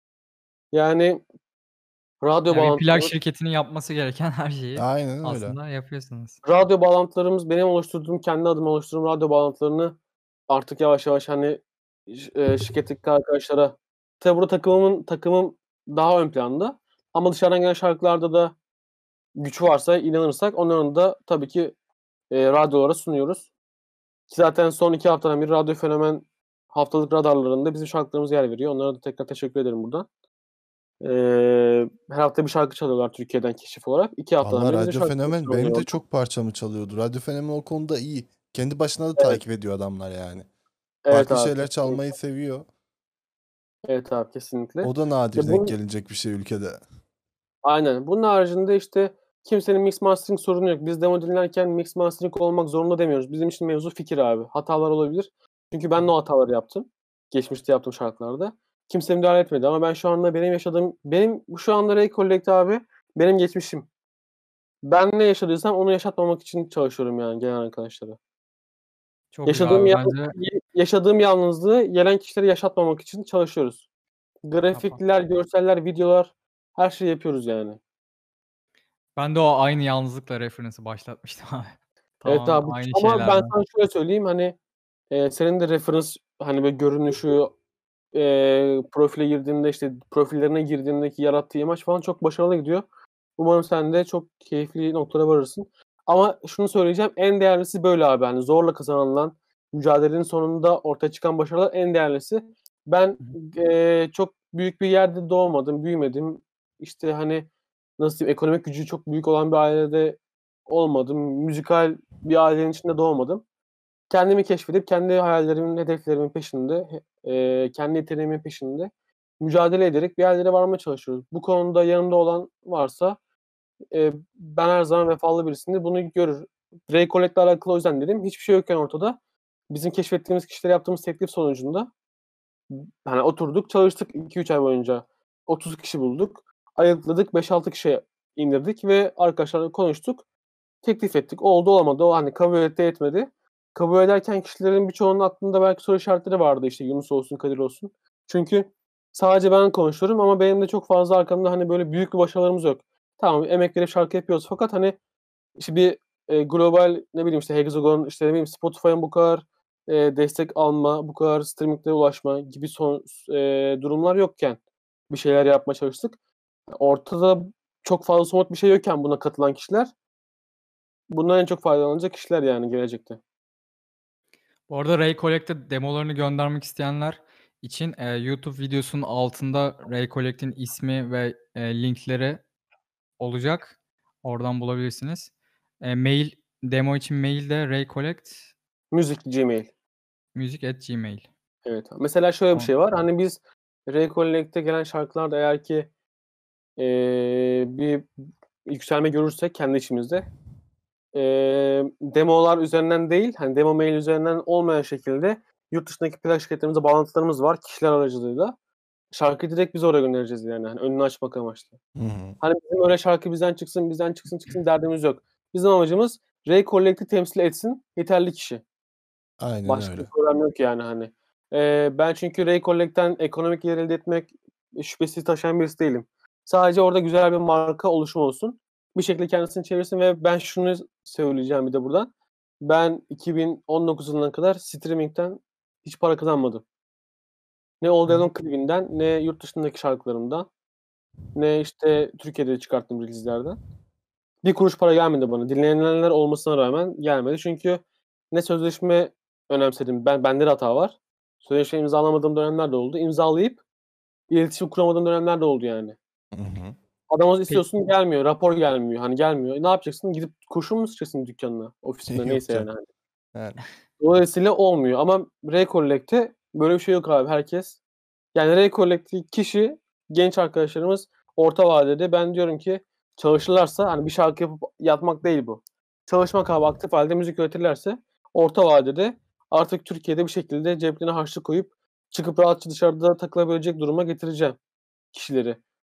Speaker 2: Yani radyo
Speaker 1: Ya, bir plak
Speaker 2: bağlantılarımız
Speaker 1: şirketinin yapması gereken her şeyi
Speaker 3: Aynen öyle.
Speaker 1: aslında yapıyorsunuz.
Speaker 2: radyo bağlantılarımız benim oluşturduğum, kendi adıma oluşturduğum radyo bağlantılarını artık yavaş yavaş hani şirketteki arkadaşlara tabii burada takımım daha ön planda ama dışarıdan gelen şarkılarda da güç varsa, inanırsak onların da tabii ki radyolara sunuyoruz. Ki zaten son 2 haftadan beri Radyo Fenomen haftalık radarlarında bizim şarkılarımız yer veriyor. Onlara da tekrar teşekkür ederim buradan. Her hafta bir şarkı çalıyorlar Türkiye'den keşif olarak. 2 haftadan
Speaker 3: Vallahi
Speaker 2: beri bizim
Speaker 3: Radyo
Speaker 2: şarkılarımız
Speaker 3: Fenomen
Speaker 2: çalınıyor
Speaker 3: benim de
Speaker 2: orada.
Speaker 3: çok parçamı çalıyordu. Radyo Fenomen o konuda iyi. Kendi başına da
Speaker 2: Evet.
Speaker 3: takip ediyor adamlar yani.
Speaker 2: Evet
Speaker 3: Farklı
Speaker 2: abi
Speaker 3: şeyler
Speaker 2: kesinlikle.
Speaker 3: çalmayı seviyor.
Speaker 2: Evet abi kesinlikle.
Speaker 3: O da nadir
Speaker 2: Ya
Speaker 3: denk
Speaker 2: bunun
Speaker 3: gelecek bir şey ülkede.
Speaker 2: aynen. Bunun haricinde işte kimsenin mix mastering sorunu yok. Biz demo dinlerken mix mastering olmak zorunda demiyoruz. Bizim için mevzu fikir abi. Hatalar olabilir. Çünkü ben de o hataları yaptım. Geçmişte yaptığım şarkılarda. Kimse müdahale etmedi ama ben şu anda benim şu anda Ray Collect abi benim geçmişim. Ben ne yaşadıysam onu yaşatmamak için çalışıyorum yani gelen arkadaşlara.
Speaker 1: Çok güzel
Speaker 2: Yaşadığım
Speaker 1: abi
Speaker 2: yalnız
Speaker 1: bence.
Speaker 2: yaşadığım yalnızlığı gelen kişilere yaşatmamak için çalışıyoruz.
Speaker 1: Tamam.
Speaker 2: Grafikler, görseller, videolar her şeyi yapıyoruz yani.
Speaker 1: Ben de o aynı yalnızlıkla referance'ı başlatmıştım abi.
Speaker 2: Evet
Speaker 1: Tamamen
Speaker 2: abi
Speaker 1: aynı
Speaker 2: ama ben
Speaker 1: şeylerden.
Speaker 2: sana şöyle söyleyeyim hani senin de referans hani böyle görünüşü profile girdiğinde, işte, profillerine girdiğindeki yarattığı imaj falan çok başarılı gidiyor. Umarım sen de çok keyifli noktalara varırsın. Ama şunu söyleyeceğim, en değerlisi böyle abi. Hani zorla kazanılan, mücadelenin sonunda ortaya çıkan başarılar en değerlisi. Ben,
Speaker 1: Hı hı.
Speaker 2: çok büyük bir yerde doğmadım, büyümedim. İşte, hani, nasıl diyeyim, ekonomik gücü çok büyük olan bir ailede olmadım. Müzikal bir ailenin içinde doğmadım. Kendimi keşfedip kendi hayallerimin, hedeflerimin peşinde, kendi yeteneğimin peşinde mücadele ederek bir yerlere varmaya çalışıyoruz. Bu konuda yanımda olan varsa, ben her zaman vefalı birisindir. Bunu görür. Ray Collect'le alakalı o yüzden dedim. Hiçbir şey yokken ortada bizim keşfettiğimiz kişilere yaptığımız teklif sonucunda hani oturduk, çalıştık 2-3 ay boyunca. 30 kişi bulduk. Ayıkladık, 5-6 kişiye indirdik ve arkadaşlarla konuştuk. Teklif ettik. Oldu olamadı. O hani kabul etti etmedi. Kabul ederken kişilerin birçoğunun aklında belki soru işaretleri vardı, işte Yunus olsun, Kadir olsun. Çünkü sadece ben konuşuyorum ama benim de çok fazla arkamda hani böyle büyük bir başarılarımız yok. Tamam, emek verip şarkı yapıyoruz fakat hani işte bir, global ne bileyim işte Hexagon, işte ne bileyim Spotify'ın bu kadar, destek alma, bu kadar streaminglere ulaşma gibi durumlar yokken bir şeyler yapmaya çalıştık. Ortada çok fazla somut bir şey yokken buna katılan kişiler, bundan en çok faydalanacak kişiler yani gelecekte.
Speaker 1: Bu arada Ray Collect'e demolarını göndermek isteyenler için, YouTube videosunun altında Ray Collect'in ismi ve, linkleri olacak. Oradan bulabilirsiniz. Demo için mail de
Speaker 2: Müzik Gmail.
Speaker 1: raycollectmusic@gmail.
Speaker 2: Evet. Mesela şöyle bir
Speaker 1: Tamam.
Speaker 2: şey var. Hani biz Recollect'e gelen şarkılarda eğer ki, bir yükselme görürsek kendi içimizde, demolar üzerinden değil, hani demo mail üzerinden olmayan şekilde yurt dışındaki plak şirketlerimizle bağlantılarımız var kişiler aracılığıyla. Şarkıyı direkt biz oraya göndereceğiz yani, hani önünü açmak amaçlı.
Speaker 3: Hı hı.
Speaker 2: Hani bizim öyle şarkı bizden çıksın, bizden çıksın, çıksın derdimiz yok. Bizim amacımız Recollect'i temsil etsin yeterli kişi.
Speaker 3: Aynen
Speaker 2: Başka bir
Speaker 3: öyle.
Speaker 2: problem yok yani hani. Ben çünkü Ray Collect'ten ekonomik gelir elde etmek şüphesi taşıyan birisi değilim. Sadece orada güzel bir marka oluşumu olsun. Bir şekilde kendisini çevirsin ve ben şunu söyleyeceğim bir de buradan. Ben 2019 yılına kadar streaming'den hiç para kazanmadım. Ne All
Speaker 1: Hı
Speaker 2: Day
Speaker 1: hı.
Speaker 2: Long klibinden, ne yurt dışındaki şarkılarımdan, ne işte Türkiye'de çıkarttığım release'lerden. Bir kuruş para gelmedi bana. Dinleyenler olmasına rağmen gelmedi. Çünkü ne sözleşme önemsedim. Bende de hata var. Sözleşme imzalamadığım dönemler de oldu. İmzalayıp iletişim kuramadığım dönemler de oldu yani.
Speaker 3: Hı hı.
Speaker 2: Adamı
Speaker 1: Peki
Speaker 2: istiyorsun gelmiyor. Rapor gelmiyor. Hani gelmiyor. Ne yapacaksın? Gidip kurşun mu sıkacaksın dükkanına, ofisine
Speaker 3: Yok
Speaker 2: neyse
Speaker 3: canım.
Speaker 2: yani hani.
Speaker 3: Yani.
Speaker 2: Dolayısıyla olmuyor ama Recollect'te böyle bir şey yok abi. Herkes yani Recollect'teki kişi genç arkadaşlarımız orta vadede ben diyorum ki çalışırlarsa hani bir şarkı yapıp yatmak değil bu. Çalışmak abi aktif halde müzik üretirlerse orta vadede artık Türkiye'de bir şekilde ceplerine harçlık koyup çıkıp rahatça dışarıda takılabilecek duruma getireceğim kişileri.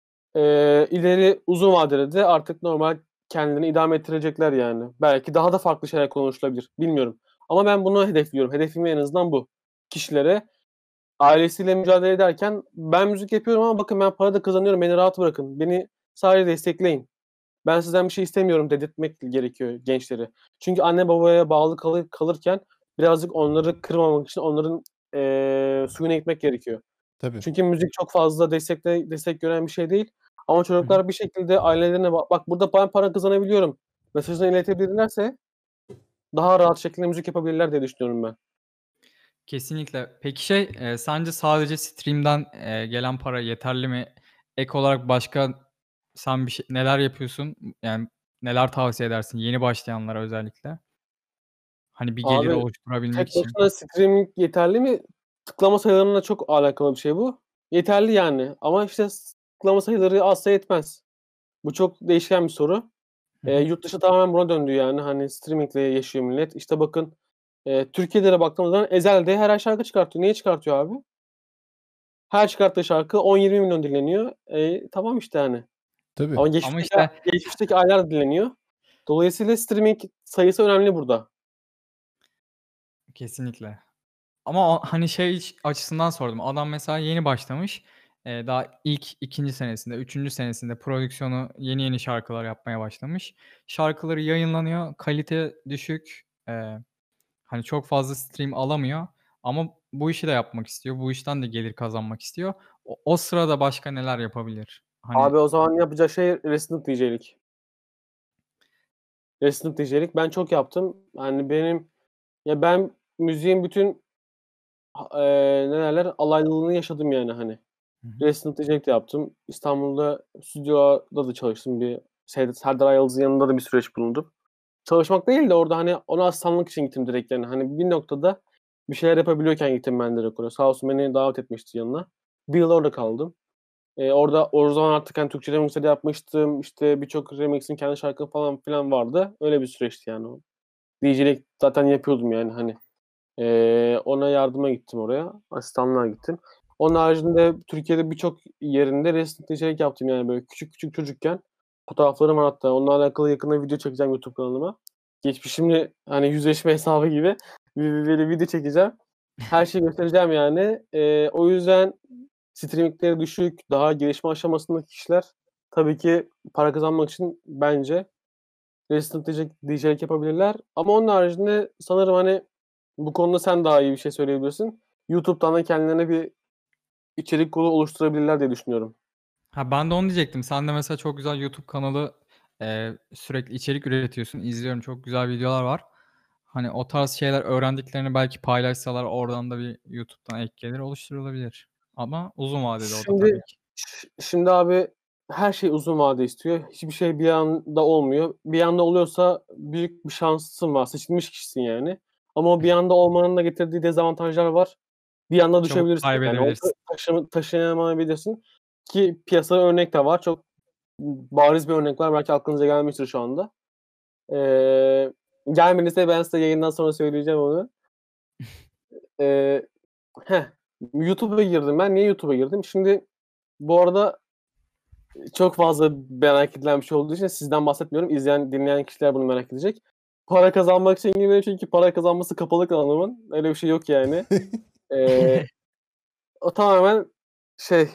Speaker 2: İleri uzun vadede de artık normal kendilerini idame ettirecekler yani. Belki daha da farklı şeyler konuşulabilir. Bilmiyorum. Ama ben bunu hedefliyorum. Hedefim en azından bu. Kişilere ailesiyle mücadele ederken ben müzik yapıyorum ama bakın ben para da kazanıyorum. Beni rahat bırakın. Beni sadece destekleyin. Ben sizden bir şey istemiyorum dedirtmek gerekiyor gençleri. Çünkü anne babaya bağlı kalırken birazcık onları kırmamak için onların suyuna gitmek gerekiyor.
Speaker 3: Tabii.
Speaker 2: Çünkü müzik çok fazla destek gören bir şey değil. Ama
Speaker 1: Hı hı.
Speaker 2: çocuklar bir şekilde ailelerine bak burada ben para kazanabiliyorum mesajını iletebilirlerse daha rahat şekilde müzik yapabilirler diye düşünüyorum ben.
Speaker 1: Kesinlikle. Peki sence sadece stream'den, gelen para yeterli mi? Ek olarak başka sen neler yapıyorsun? Yani neler tavsiye edersin yeni başlayanlara özellikle? Hani bir gelir
Speaker 2: Abi
Speaker 1: oluşturabilmek
Speaker 2: tek
Speaker 1: için.
Speaker 2: başına streaming yeterli mi? Tıklama sayılarıyla çok alakalı bir şey bu. Yeterli yani ama işte tıklama sayıları azsa yetmez. Bu çok değişken bir soru.
Speaker 1: Hı hı.
Speaker 2: Yurt dışı tamamen buna döndü yani hani streamingle yaşıyor millet. İşte bakın, Türkiye'de de baktığımız zaman Ezel de her ay şarkı çıkartıyor. Niye çıkartıyor abi? Her çıkarttığı şarkı 10-20 milyon dinleniyor. Tamam işte hani.
Speaker 3: Tabii.
Speaker 2: Ama
Speaker 1: Ama
Speaker 2: geçmişteki aylar dinleniyor. Dolayısıyla streaming sayısı önemli burada.
Speaker 1: kesinlikle. Ama hani açısından sordum. Adam mesela yeni başlamış. Daha ilk 2'nci senesinde, 3'üncü senesinde prodüksiyonu yeni şarkılar yapmaya başlamış. Şarkıları yayınlanıyor, kalite düşük. Hani çok fazla stream alamıyor ama bu işi de yapmak istiyor. Bu işten de gelir kazanmak istiyor. O sırada başka neler yapabilir? Hani
Speaker 2: Abi o zaman yapacağı şey Resident DJ'lik. Resident DJ'lik ben çok yaptım. Yani ben müziğin bütün ne derler alaylılığını yaşadım yani hani.
Speaker 1: Hı hı.
Speaker 2: Resident DJ'lik de yaptım. İstanbul'da stüdyoda da çalıştım. Bir Serdar Ayaz'ın yanında da bir süreç bulundum. Çalışmak değil de orada hani ona asistanlık için gittim direkt yani. Hani bir noktada bir şeyler yapabiliyorken gittim ben direkt oraya. Sağ olsun beni davet etmişti yanına. Bir yıl orada kaldım. Orada o zaman artık hani Türkçe remixleri yapmıştım. İşte birçok remixin kendi şarkım falan filan vardı. Öyle bir süreçti yani o. DJ'lik zaten yapıyordum yani hani. Ona yardıma gittim oraya. Asistanlığa gittim. Onun haricinde Türkiye'de birçok yerinde resim DJ'lik yaptım yani böyle küçük küçük çocukken. Fotoğraflarım var hatta. Onunla alakalı yakında video çekeceğim YouTube kanalıma. Geçmişimle hani yüzleşme hesabı gibi bir video çekeceğim. Her şeyi göstereceğim yani. O yüzden streamingleri düşük, daha gelişme aşamasındaki kişiler tabii ki para kazanmak için bence Resident DJ'lik yapabilirler. Ama onun haricinde sanırım hani bu konuda sen daha iyi bir şey söyleyebilirsin. YouTube'dan da kendilerine bir içerik kolu oluşturabilirler diye düşünüyorum.
Speaker 1: Ha, ben de onu diyecektim. Sen de mesela çok güzel YouTube kanalı, sürekli içerik üretiyorsun. İzliyorum, çok güzel videolar var. Hani o tarz şeyler öğrendiklerini belki paylaşsalar oradan da bir YouTube'dan ek gelir oluşturulabilir. Ama uzun vadede o da
Speaker 2: Şimdi
Speaker 1: tabii ki.
Speaker 2: şimdi abi her şey uzun vade istiyor. Hiçbir şey bir anda olmuyor. Bir anda oluyorsa büyük bir şansın var. Seçilmiş kişisin yani. Ama o bir anda olmanın da getirdiği dezavantajlar var. Bir anda
Speaker 1: Çabuk
Speaker 2: düşebilirsin yani.
Speaker 1: kaybedebilirsin.
Speaker 2: Taşıyamayabilirsin. Ki piyasada örnek de var. Çok bariz bir örnek var. Belki aklınıza gelmiştir şu anda. Eee gelmediyse ben size yayından sonra söyleyeceğim onu. Eee YouTube'a girdim ben. Niye YouTube'a girdim? Şimdi bu arada çok fazla merak edilen bir şey olduğu için sizden bahsetmiyorum. İzleyen, dinleyen kişiler bunu merak edecek. Para kazanmak için girmedim çünkü para kazanması kapalı kanalımın. Öyle bir şey yok yani. Eee, O tamamen şey,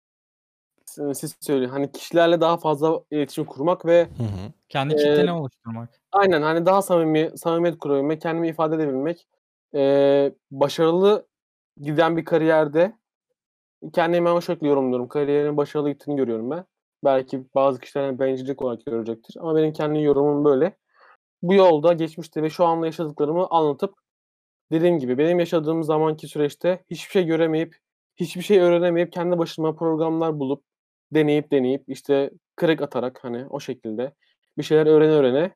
Speaker 2: siz söyleyin. Hani kişilerle daha fazla iletişim kurmak ve
Speaker 3: Hı hı.
Speaker 1: Kendi
Speaker 2: eee,
Speaker 1: kitleni oluşturmak.
Speaker 2: aynen hani daha samimiyet kurabilmek, kendimi ifade edebilmek, başarılı giden bir kariyerde kendimi ben o şekilde yorumluyorum. Kariyerimin başarılı gittiğini görüyorum ben. Belki bazı kişiler bencillik olarak görecektir ama benim kendi yorumum böyle. Bu yolda geçmişte ve şu anda yaşadıklarımı anlatıp dediğim gibi benim yaşadığım zamanki süreçte hiçbir şey göremeyip, hiçbir şey öğrenemeyip kendi başıma programlar bulup deneyip işte crack atarak hani o şekilde bir şeyler öğrene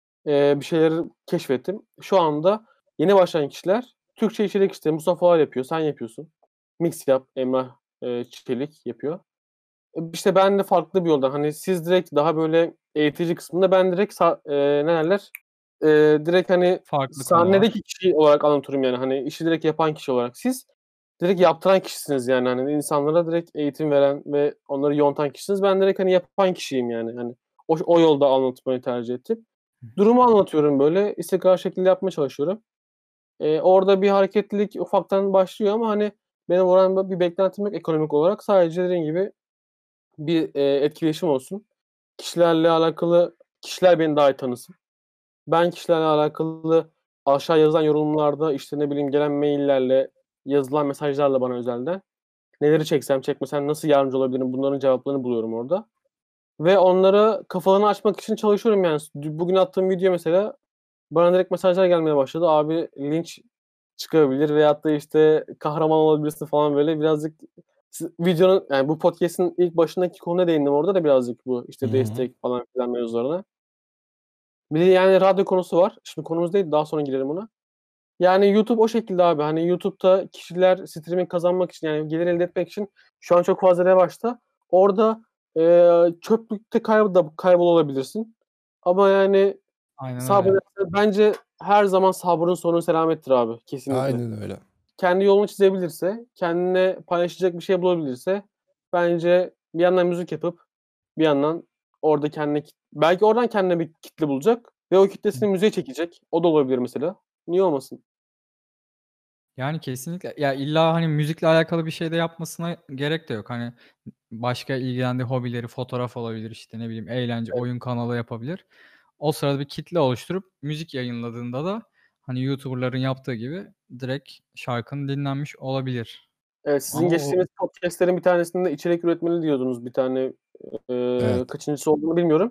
Speaker 2: bir şeyleri keşfettim. Şu anda yeni başlayan kişiler Türkçe içerik işte Mustafa yapıyor, sen yapıyorsun. Mix yap, Emrah Çelik yapıyor. İşte ben de farklı bir yoldan hani siz direkt daha böyle eğitici kısmında ben direkt ne derler direkt hani
Speaker 1: Farklı konular.
Speaker 2: sahnedeki kişi olarak anlatıyorum yani hani işi direkt yapan kişi olarak. Siz direkt yaptıran kişisiniz yani hani insanlara direkt eğitim veren ve onları yontan kişisiniz. Ben direkt hani yapan kişiyim yani hani o yolda anlatmayı tercih ettim. Durumu anlatıyorum böyle istikrar şekilde yapmaya çalışıyorum. Orada bir hareketlilik ufaktan başlıyor ama hani benim oradan bir beklentim yok ekonomik olarak. Sadece dediğim gibi bir etkileşim olsun. Kişilerle alakalı kişiler beni daha iyi tanısın. Ben kişilerle alakalı aşağı yazılan yorumlarda işte ne bileyim gelen maillerle, yazılan mesajlarla bana özelden neleri çeksem, çekmesem nasıl yardımcı olabilirim bunların cevaplarını buluyorum orada. Ve onlara kafalarını açmak için çalışıyorum yani. Bugün attığım video mesela bana direkt mesajlar gelmeye başladı. Abi linç çıkabilir veyahut da işte kahraman olabilirsin falan böyle birazcık videonun yani bu podcast'in ilk başındaki konuya değindim orada da birazcık bu
Speaker 3: Hı
Speaker 2: işte
Speaker 3: hı.
Speaker 2: destek falan filan mevzularına. Bir de yani radyo konusu var. Şimdi konumuz değil daha sonra girelim ona. Yani YouTube o şekilde abi. Hani YouTube'da kişiler streaming kazanmak için yani gelir elde etmek için şu an çok fazla revaçta. Orada çöplükte kaybolabilirsin. Ama yani
Speaker 1: Aynen öyle.
Speaker 2: sabredersen bence her zaman sabrın sonu selamettir abi. Kesinlikle.
Speaker 3: Aynen öyle.
Speaker 2: Kendi yolunu çizebilirse, kendine paylaşacak bir şey bulabilirse bence bir yandan müzik yapıp bir yandan orada kendine belki oradan kendine bir kitle bulacak ve o kitlesini müziğe çekecek. O da olabilir mesela. Niye olmasın?
Speaker 1: Yani kesinlikle. Ya illa hani müzikle alakalı bir şey de yapmasına gerek de yok. Hani başka ilgilendiği hobileri, fotoğraf olabilir, işte, ne bileyim, eğlence,
Speaker 2: Evet.
Speaker 1: oyun kanalı yapabilir. O sırada bir kitle oluşturup müzik yayınladığında da, hani YouTuber'ların yaptığı gibi direkt şarkın dinlenmiş olabilir.
Speaker 2: Evet, sizin
Speaker 1: Ama o
Speaker 2: geçtiğimiz podcast'lerin bir tanesinde içerik üretmeli diyordunuz bir tane.
Speaker 3: Evet.
Speaker 2: Kaçıncısı olduğunu bilmiyorum.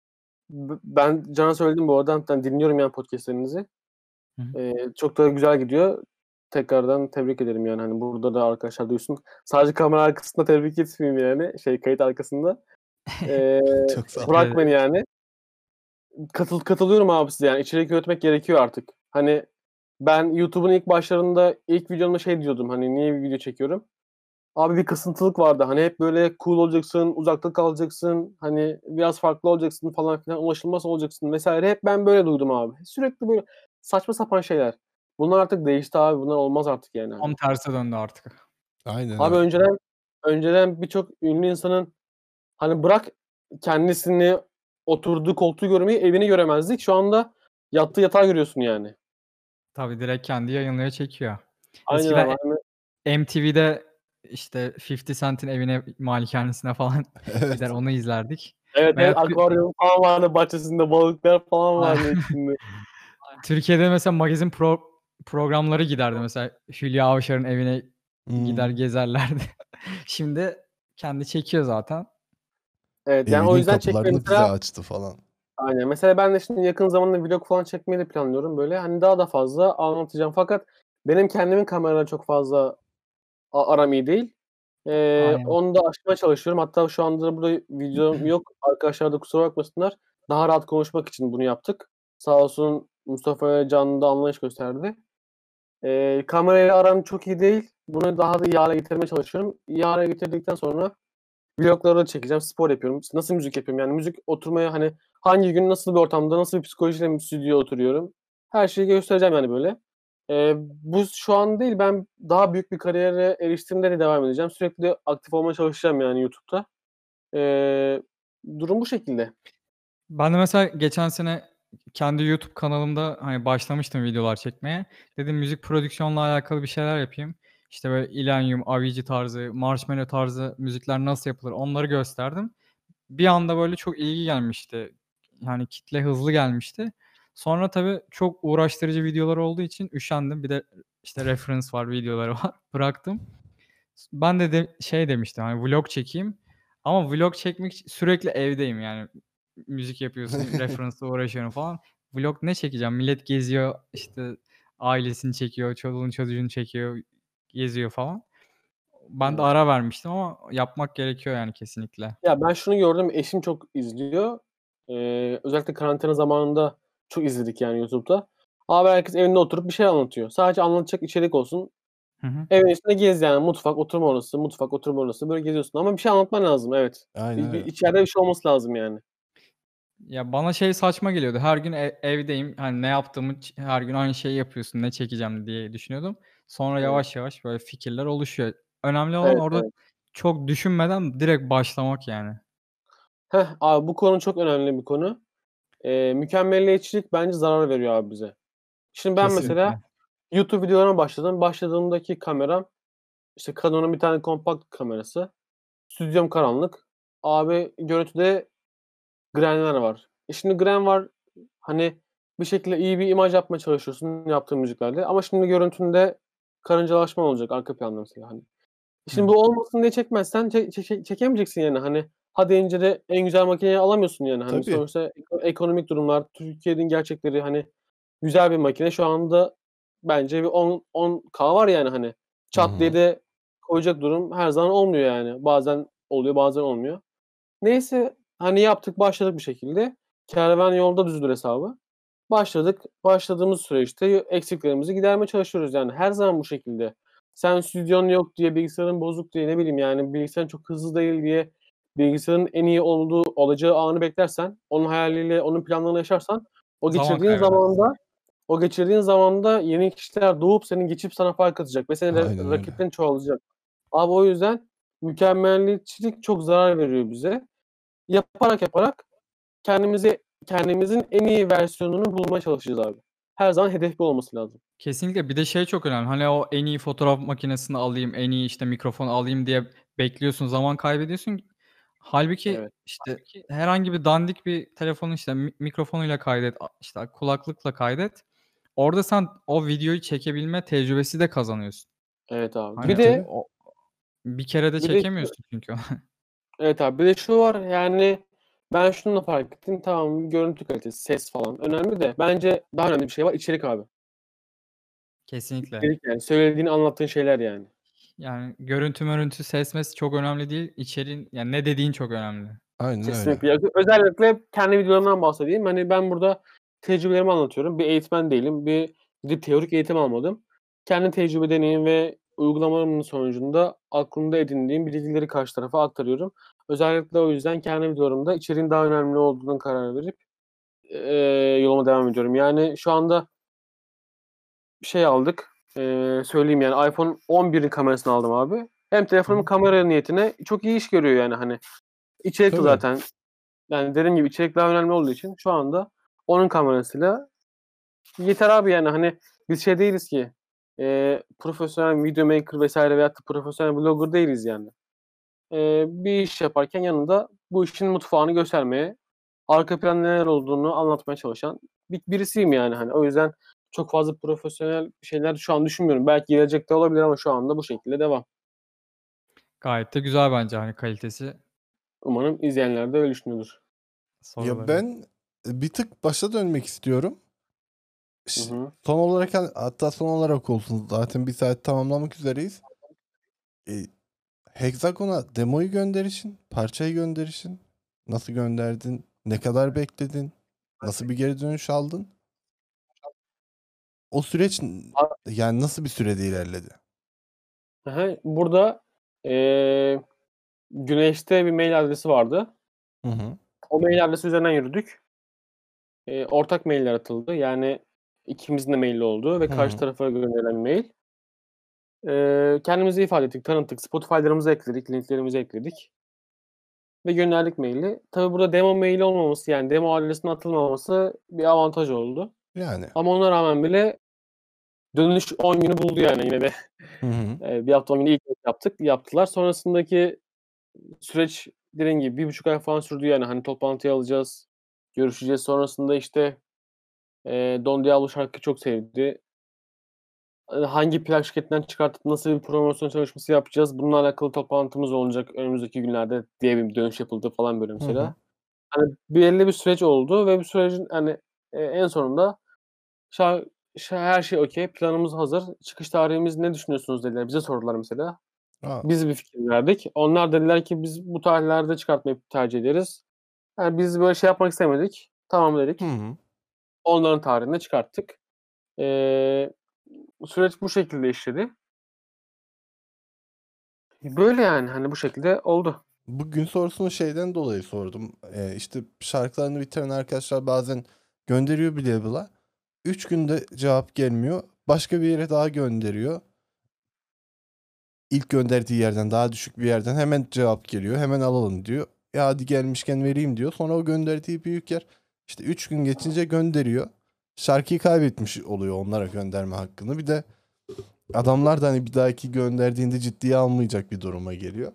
Speaker 2: Ben Can'a söyledim bu arada. Hatta dinliyorum yani podcast'lerinizi.
Speaker 1: Hı hı.
Speaker 2: Çok da güzel gidiyor. Tekrardan tebrik ederim yani. Hani burada da arkadaşlar duysun. Sadece kamera arkasında tebrik etmeyeyim yani. Kayıt arkasında.
Speaker 3: Çok sağ ol.
Speaker 1: Teşekkür
Speaker 2: Bırak beni
Speaker 1: ederim.
Speaker 2: yani. Katılıyorum abi size yani. İçerik üretmek gerekiyor artık. Hani ben YouTube'un ilk başlarında ilk videomda diyordum. Hani niye bir video çekiyorum? Abi bir kasıntılık vardı. Hani hep böyle cool olacaksın, uzakta kalacaksın, hani biraz farklı olacaksın falan filan, ulaşılmaz olacaksın vesaire. Hep ben böyle duydum abi. Sürekli böyle saçma sapan şeyler. Bunlar artık değişti abi. Bunlar olmaz artık yani hani.
Speaker 1: Tam terse döndü artık.
Speaker 3: Aynen
Speaker 2: Abi
Speaker 3: öyle.
Speaker 2: önceden birçok ünlü insanın hani bırak kendisini oturduğu koltuğu görmeyi, evini göremezdik. Şu anda yattığı yatağı görüyorsun yani.
Speaker 1: Tabii direkt kendi yayınlaya çekiyor.
Speaker 2: Aynen
Speaker 1: Eskiden
Speaker 2: abi. Hani
Speaker 1: MTV'de işte 50 Cent'in evine, malikanesine falan gider
Speaker 3: Evet.
Speaker 1: onu izlerdik.
Speaker 2: evet
Speaker 1: Veya
Speaker 2: akvaryum falan vardı bahçesinde, balıklar falan vardı içinde.
Speaker 1: Türkiye'de mesela magazin programları giderdi. Mesela Hülya Avşar'ın evine gider
Speaker 3: Hımm.
Speaker 1: gezerlerdi. Şimdi kendi çekiyor zaten.
Speaker 2: Evet yani o
Speaker 3: Evinin
Speaker 2: yüzden çekmeyi
Speaker 3: kapılarını bize
Speaker 2: mesela
Speaker 3: açtı falan.
Speaker 2: aynen. Mesela ben de şimdi yakın zamanda vlog falan çekmeyi de planlıyorum böyle. Hani daha da fazla anlatacağım. Fakat benim kendimin kamerayla çok fazla aram iyi değil.
Speaker 1: Aynen.
Speaker 2: Onu da aşmaya çalışıyorum. Hatta şu anda burada videom yok. Arkadaşlar da kusura bakmasınlar. Daha rahat konuşmak için bunu yaptık. Sağ olsun Mustafa ve Can da anlayış gösterdi. Kamerayla aram çok iyi değil. Bunu daha da iyi hâle getirmeye çalışıyorum. İyi hâle getirdikten sonra vlog'ları da çekeceğim. Spor yapıyorum. Nasıl müzik yapıyorum? Yani müzik oturmaya hani hangi gün nasıl bir ortamda, nasıl bir psikolojiyle stüdyoya oturuyorum? Her şeyi göstereceğim yani böyle. Bu şu an değil. Ben daha büyük bir kariyere eriştiğimde de devam edeceğim. Sürekli aktif olmaya çalışacağım yani YouTube'da. Durum bu şekilde.
Speaker 1: Ben de mesela geçen sene kendi YouTube kanalımda, hani, başlamıştım videolar çekmeye. Dedim müzik prodüksiyonla alakalı bir şeyler yapayım. İşte, böyle Illenium, Avicii tarzı, Marshmello tarzı müzikler nasıl yapılır onları gösterdim. Bir anda böyle çok ilgi gelmişti. Yani kitle hızlı gelmişti. Sonra tabii çok uğraştırıcı videolar olduğu için üşendim. Bir de, işte, reference var, videoları var. Bıraktım. Ben de şey demiştim, hani, vlog çekeyim ama vlog çekmek için sürekli evdeyim yani. Müzik yapıyorsun, reference'la uğraşıyorum falan. Vlog ne çekeceğim? Millet geziyor, işte, ailesini çekiyor, çoluğunu çocuğunu çekiyor, geziyor falan. Ben de
Speaker 2: Evet.
Speaker 1: ara vermiştim ama yapmak gerekiyor yani kesinlikle.
Speaker 2: Ya, ben şunu gördüm, eşim çok izliyor. Özellikle karantina zamanında çok izledik yani YouTube'da. Abi herkes evinde oturup bir şey anlatıyor. Sadece anlatacak içerik olsun.
Speaker 1: Hı hı.
Speaker 2: Evin içinde gez yani. Mutfak, oturma odası, mutfak, oturma odası. Böyle geziyorsun ama bir şey anlatman lazım, evet.
Speaker 3: Aynen
Speaker 2: Bir
Speaker 3: öyle.
Speaker 2: içeride bir şey olması lazım yani.
Speaker 1: Ya, bana şey saçma geliyordu. Her gün evdeyim. Hani, ne yaptığımı her gün aynı şeyi yapıyorsun. Ne çekeceğim diye düşünüyordum. Sonra
Speaker 2: Evet.
Speaker 1: yavaş yavaş böyle fikirler oluşuyor. Önemli olan
Speaker 2: Evet,
Speaker 1: orada
Speaker 2: evet.
Speaker 1: çok düşünmeden direkt başlamak yani.
Speaker 2: Abi bu konu çok önemli bir konu. Mükemmeliyetçilik bence zarar veriyor abi bize. Şimdi ben mesela
Speaker 1: Kesinlikle.
Speaker 2: YouTube videolarıma başladım. Başladığımdaki kameram, işte Canon'un bir tane kompakt kamerası. Stüdyom karanlık. Abi görüntüde grainler var. Şimdi grain var. Hani bir şekilde iyi bir imaj yapmaya çalışıyorsun yaptığın müziklerde ama şimdi görüntünde karıncalaşma olacak arka planda mesela hani. Şimdi
Speaker 1: Evet.
Speaker 2: bu olmasın diye çekmezsen çekemeyeceksin yani hani. Ha deyince de en güzel makineyi alamıyorsun yani hani
Speaker 3: Tabii.
Speaker 2: sonuçta ekonomik durumlar, Türkiye'nin gerçekleri hani güzel bir makine şu anda bence bir 10K var yani hani.
Speaker 3: Hı
Speaker 2: Çat diye
Speaker 3: hı.
Speaker 2: de koyacak durum her zaman olmuyor yani. Bazen oluyor, bazen olmuyor. Neyse, hani yaptık, başladık bir şekilde. Kervan yolda düzdür hesabı. Başladık. Başladığımız süreçte eksiklerimizi gidermeye çalışıyoruz yani. Her zaman bu şekilde. Sen stüdyon yok diye, bilgisayarın bozuk diye, ne bileyim yani bilgisayarın çok hızlı değil diye, bilgisayarın en iyi olacağı anı beklersen, onun hayaliyle, onun planlarını yaşarsan o
Speaker 1: Zaman
Speaker 2: geçirdiğin
Speaker 1: kaybedersin.
Speaker 2: zamanda o geçirdiğin zamanda yeni kişiler doğup senin geçip sana fark atacak ve senin
Speaker 3: Aynen öyle.
Speaker 2: rakiplerin çoğalacak. Abi o yüzden mükemmeliyetçilik çok zarar veriyor bize. Yaparak kendimizin en iyi versiyonunu bulmaya çalışacağız abi. Her zaman hedef bu olması lazım.
Speaker 1: Kesinlikle. Bir de şey çok önemli. Hani, o en iyi fotoğraf makinesini alayım, en iyi, işte, mikrofonu alayım diye bekliyorsun, zaman kaybediyorsun. Hâlbuki,
Speaker 2: Evet.
Speaker 1: işte, herhangi bir dandik bir telefonu, işte, mikrofonuyla kaydet, işte, kulaklıkla kaydet. orada sen o videoyu çekebilme tecrübesi de kazanıyorsun.
Speaker 2: Evet abi.
Speaker 1: Hani
Speaker 2: Bir
Speaker 3: Tabii,
Speaker 2: de
Speaker 3: tabii.
Speaker 1: o bir kere de
Speaker 2: bir de şu
Speaker 1: çekemiyorsun çünkü onu.
Speaker 2: evet abi, bir de şu var, yani ben şunu da fark ettim. Tamam, görüntü kalitesi, ses falan önemli de bence daha önemli bir şey var. İçerik abi.
Speaker 1: Kesinlikle.
Speaker 2: İçerik yani. Söylediğin, anlattığın şeyler yani.
Speaker 1: Yani görüntü, ses mes çok önemli değil. İçeriğin yani ne dediğin çok önemli.
Speaker 3: Aynen öyle.
Speaker 2: Kesinlikle. Ya, özellikle kendi videolarımdan bahsedeyim. Hani ben burada tecrübelerimi anlatıyorum. Bir eğitmen değilim. Gidip teorik eğitim almadım. Kendi tecrübe, deneyim ve uygulamalarımın sonucunda aklımda edindiğim bilgileri karşı tarafa aktarıyorum. Özellikle o yüzden kendi videolarımda içeriğin daha önemli olduğuna karar verip yoluma devam ediyorum. Yani şu anda bir şey aldık. Söyleyeyim yani, iPhone 11'in kamerasını aldım abi. Hem telefonumun
Speaker 3: Hı.
Speaker 2: kamera niyetine çok iyi iş görüyor yani hani. İçerik de
Speaker 3: Tabii.
Speaker 2: zaten, yani dediğim gibi içerik daha önemli olduğu için şu anda onun kamerasıyla yeter abi yani hani biz şey değiliz ki profesyonel video maker vesaire veyahut da profesyonel blogger değiliz yani. Bir iş yaparken yanında bu işin mutfağını göstermeye, arka planda neler olduğunu anlatmaya çalışan birisiyim yani hani. O yüzden çok fazla profesyonel şeyler şu an düşünmüyorum. Belki gelecekte olabilir ama şu anda bu şekilde devam.
Speaker 1: Gayet de güzel bence hani kalitesi
Speaker 2: Umarım izleyenler de öyle düşünüyordur.
Speaker 3: Ya
Speaker 1: soruları.
Speaker 3: ben bir tık başa dönmek istiyorum.
Speaker 2: Hı hı.
Speaker 3: Son olarak hatta son olarak olsun, zaten bir saat tamamlamak üzereyiz. E, Hexagon'a demoyu gönderişin, parçayı gönderişin, nasıl gönderdin, ne kadar bekledin, nasıl bir geri dönüş aldın? O süreç yani nasıl bir sürede ilerledi?
Speaker 2: Burada Güneş'te bir mail adresi vardı.
Speaker 3: Hı hı.
Speaker 2: O mail adresi üzerinden yürüdük. Ortak mailler atıldı. Yani ikimizin de maili oldu ve
Speaker 3: Hı
Speaker 2: karşı
Speaker 3: hı.
Speaker 2: tarafa gönderilen mail. Kendimizi ifade ettik, tanıttık. Spotify'larımızı ekledik, linklerimizi ekledik ve gönderdik maili. Tabii burada demo maili olmaması, yani demo adresinin atılmaması bir avantaj oldu.
Speaker 3: Yani.
Speaker 2: Ama ona rağmen bile dönüş 10 günü buldu yani yine de.
Speaker 3: Hı hı.
Speaker 2: Bir hafta 10 günü ilk yaptılar. Sonrasındaki süreç dediğim gibi 1,5 ay falan sürdü yani. Hani toplantıya alacağız, görüşeceğiz. Sonrasında işte Don Diablo şarkıyı çok sevdi. Hangi plak şirketinden çıkartıp nasıl bir promosyon çalışması yapacağız? Bununla alakalı toplantımız olacak önümüzdeki günlerde diye bir dönüş yapıldı falan böyle
Speaker 3: Hı hı.
Speaker 2: mesela. Hani belli bir süreç oldu ve bu sürecin hani en sonunda şa her şey okey, planımız hazır. Çıkış tarihimiz ne düşünüyorsunuz dediler. Bize sordular mesela.
Speaker 3: Aa,
Speaker 2: Biz bir fikir verdik. Onlar dediler ki biz bu tarihlerde çıkartmayı tercih ederiz. Yani biz böyle şey yapmak istemedik. Tamam
Speaker 3: hı
Speaker 2: dedik.
Speaker 3: hı.
Speaker 2: Onların tarihinde çıkarttık. Eee, Süreç bu şekilde işledi. Böyle yani hani bu şekilde oldu.
Speaker 3: Bugün sorusunu şeyden dolayı sordum. İşte şarkılarını bitiren arkadaşlar bazen gönderiyor bir label'a. 3 günde cevap gelmiyor. Başka bir yere daha gönderiyor. İlk gönderdiği yerden daha düşük bir yerden hemen cevap geliyor. Hemen alalım diyor. Ya hadi gelmişken vereyim diyor. Sonra o gönderdiği büyük yer işte 3 gün geçince gönderiyor. Şarkıyı kaybetmiş oluyor onlara gönderme hakkını. Bir de adamlar da hani bir dahaki gönderdiğinde ciddiye almayacak bir duruma geliyor.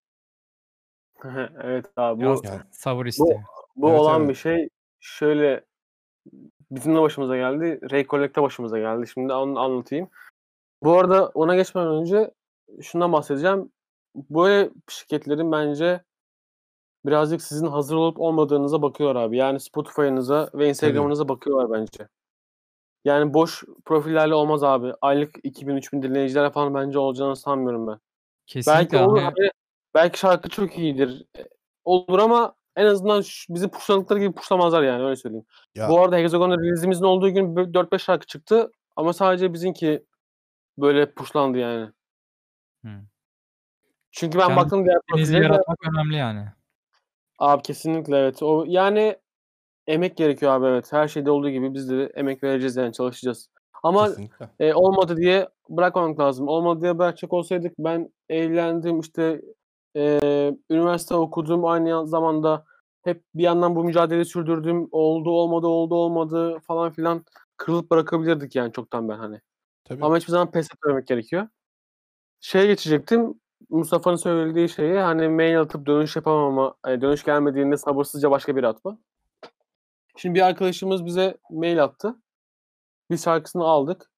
Speaker 2: Evet abi,
Speaker 1: Biraz
Speaker 3: Yani
Speaker 1: sabır
Speaker 2: bu
Speaker 1: istiyor.
Speaker 2: bu
Speaker 3: evet,
Speaker 2: olan
Speaker 3: evet.
Speaker 2: bir şey. Şöyle bizim de başımıza geldi. Ray Collect'te başımıza geldi. Şimdi onu anlatayım. Bu arada ona geçmeden önce şundan bahsedeceğim. Böyle şirketlerin bence birazcık sizin hazır olup olmadığınıza bakıyorlar abi. Yani Spotify'ınıza ve
Speaker 3: Tabii.
Speaker 2: Instagram'ınıza bakıyorlar bence. Yani boş profillerle olmaz abi. Aylık 2000-3000 dinleyiciler falan bence olacağını sanmıyorum ben. Belki
Speaker 1: Kesinlikle
Speaker 2: olur
Speaker 1: hani
Speaker 2: hani, belki şarkı çok iyidir. Olur ama en azından bizi pushladıkları gibi pushlamazlar yani, öyle söyleyeyim.
Speaker 3: Ya
Speaker 2: Bu arada Hexagon'da release'imizin olduğu gün 4-5 şarkı çıktı ama sadece bizimki böyle pushlandı yani.
Speaker 1: Hı.
Speaker 2: Çünkü ben
Speaker 1: Kendi
Speaker 2: baktım diğer
Speaker 1: kitlenizi
Speaker 2: profillere de
Speaker 1: yaratmak önemli yani.
Speaker 2: abi kesinlikle evet. O yani emek gerekiyor abi, evet. Her şeyde olduğu gibi biz de emek vereceğiz yani, çalışacağız. Ama
Speaker 3: kesinlikle.
Speaker 2: olmadı diye bırakmamak lazım. Olmadı diye bırakacak olsaydık ben evlendim işte, üniversite okudum aynı zamanda, hep bir yandan bu mücadeleyi sürdürdüm. Oldu olmadı, oldu olmadı falan filan, kırılıp bırakabilirdik yani çoktan ben hani.
Speaker 3: Tabii.
Speaker 2: Ama hiçbir zaman pes etmemek gerekiyor. Şeye geçecektim. Mustafa'nın söylediği şeyi, hani mail atıp dönüş yapamama, dönüş gelmediğinde sabırsızca başka biri atma. Şimdi bir arkadaşımız bize mail attı. Biz şarkısını aldık.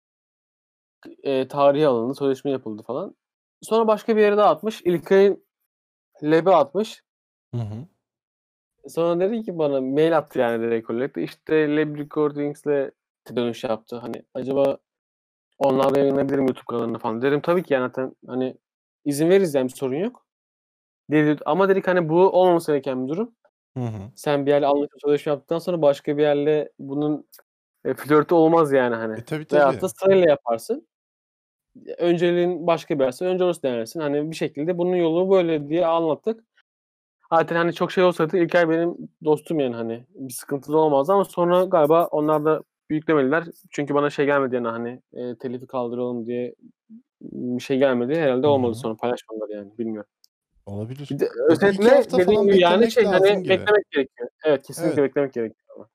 Speaker 2: Tarihi alındı. Sözleşme yapıldı falan. Sonra başka bir yere daha atmış. İlkay'ın lab'e atmış.
Speaker 3: Hı hı.
Speaker 2: Sonra dedi ki bana mail attı yani direkt olarak. İşte Lab Recordings'le dönüş yaptı. Hani acaba onlarla yayınlayabilirim YouTube kanalına falan. Dedim tabii ki yani zaten hani izin veririz yani bir sorun yok. Dedi, ama dedik hani bu olmaması gereken bir durum.
Speaker 3: Hı hı.
Speaker 2: Sen bir yerle anlaşma sözleşme yaptıktan sonra başka bir yerle bunun flörtü olmaz yani hani.
Speaker 3: Tabii
Speaker 2: Veyahut da
Speaker 3: tabii.
Speaker 2: sırayla yaparsın. Önceliğin başka bir yerse önce orası denersin. Hani bir şekilde bunun yolu böyle diye anlattık. Zaten hani çok şey olsaydı İlker benim dostum yani hani bir sıkıntılı olmazdı ama sonra galiba onlar da yüklemediler. Çünkü bana şey gelmedi yani hani telifi kaldıralım diye bir şey gelmedi. Herhalde
Speaker 3: Hı
Speaker 2: olmadı
Speaker 3: hı.
Speaker 2: sonra paylaşmadılar yani bilmiyorum.
Speaker 3: Olabilir.
Speaker 2: Bir de
Speaker 3: Ya bir iki
Speaker 2: özetle
Speaker 3: hafta
Speaker 2: dediğim
Speaker 3: falan
Speaker 2: gibi yani
Speaker 3: beklemek
Speaker 2: şey
Speaker 3: lazım
Speaker 2: hani
Speaker 3: gibi.
Speaker 2: beklemek gerekiyor. Evet kesinlikle
Speaker 3: Evet.
Speaker 2: beklemek gerekiyor ama.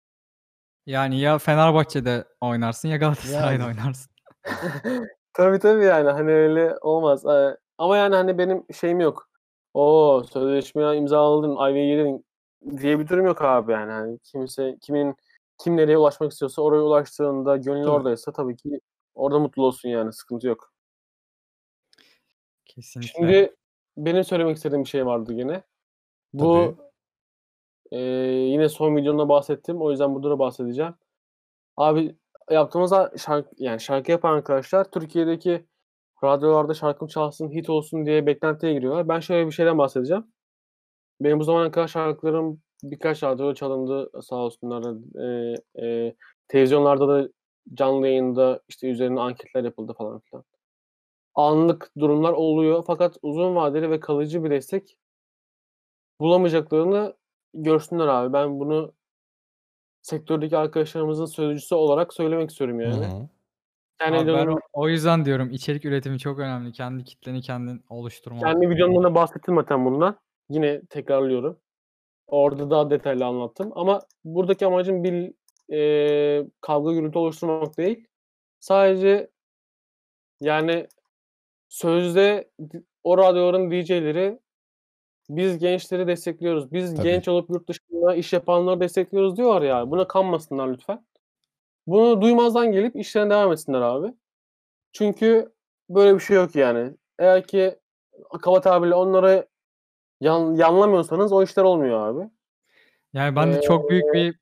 Speaker 1: Yani ya Fenerbahçe'de oynarsın ya Galatasaray'da
Speaker 3: Yani.
Speaker 1: oynarsın.
Speaker 2: Tabii yani hani öyle olmaz. Ama yani hani benim şeyim yok. O sözleşme imzaladın, ayvayı yedin diye bir durum yok abi yani. Hani kim nereye ulaşmak istiyorsa oraya ulaştığında gönlü
Speaker 3: Tabii.
Speaker 2: oradaysa tabii ki orada mutlu olsun yani sıkıntı yok.
Speaker 1: Kesinlikle.
Speaker 2: Şimdi benim söylemek istediğim bir şey vardı yine.
Speaker 3: Tabii.
Speaker 2: Bu yine son videomda bahsettim. O yüzden burada da bahsedeceğim. Abi yaptığımız yani şarkı yapan arkadaşlar Türkiye'deki radyolarda şarkım çalsın, hit olsun diye beklentiye giriyorlar. Ben şöyle bir şeyden bahsedeceğim. Benim bu zamana kadar şarkılarım birkaç radyoda çalındı sağ olsunlar. Televizyonlarda da canlı yayında işte üzerine anketler yapıldı falan filan. Anlık durumlar oluyor fakat uzun vadeli ve kalıcı bir destek bulamayacaklarını görsünler abi. Ben bunu sektördeki arkadaşlarımızın sözcüsü olarak söylemek istiyorum
Speaker 3: Hı
Speaker 2: yani.
Speaker 3: hı.
Speaker 1: Abi ben
Speaker 2: Kendilerinin
Speaker 1: o yüzden diyorum içerik üretimi çok önemli. Kendi kitleni kendin oluşturmak.
Speaker 2: kendi videomda da bahsettim zaten bundan. Yine tekrarlıyorum. Orada daha detaylı anlattım. Ama buradaki amacım bir kavga gürültü oluşturmak değil. Sadece yani sözde o radyoların DJ'leri biz gençleri destekliyoruz. Biz
Speaker 3: Tabii.
Speaker 2: genç olup yurt dışında iş yapanları destekliyoruz diyorlar ya. Buna kanmasınlar lütfen. Bunu duymazdan gelip işlerine devam etsinler abi. Çünkü böyle bir şey yok yani. Eğer ki kaba tabirle onları yanlamıyorsanız o işler olmuyor abi.
Speaker 1: Yani ben de
Speaker 2: Eee
Speaker 1: çok büyük bir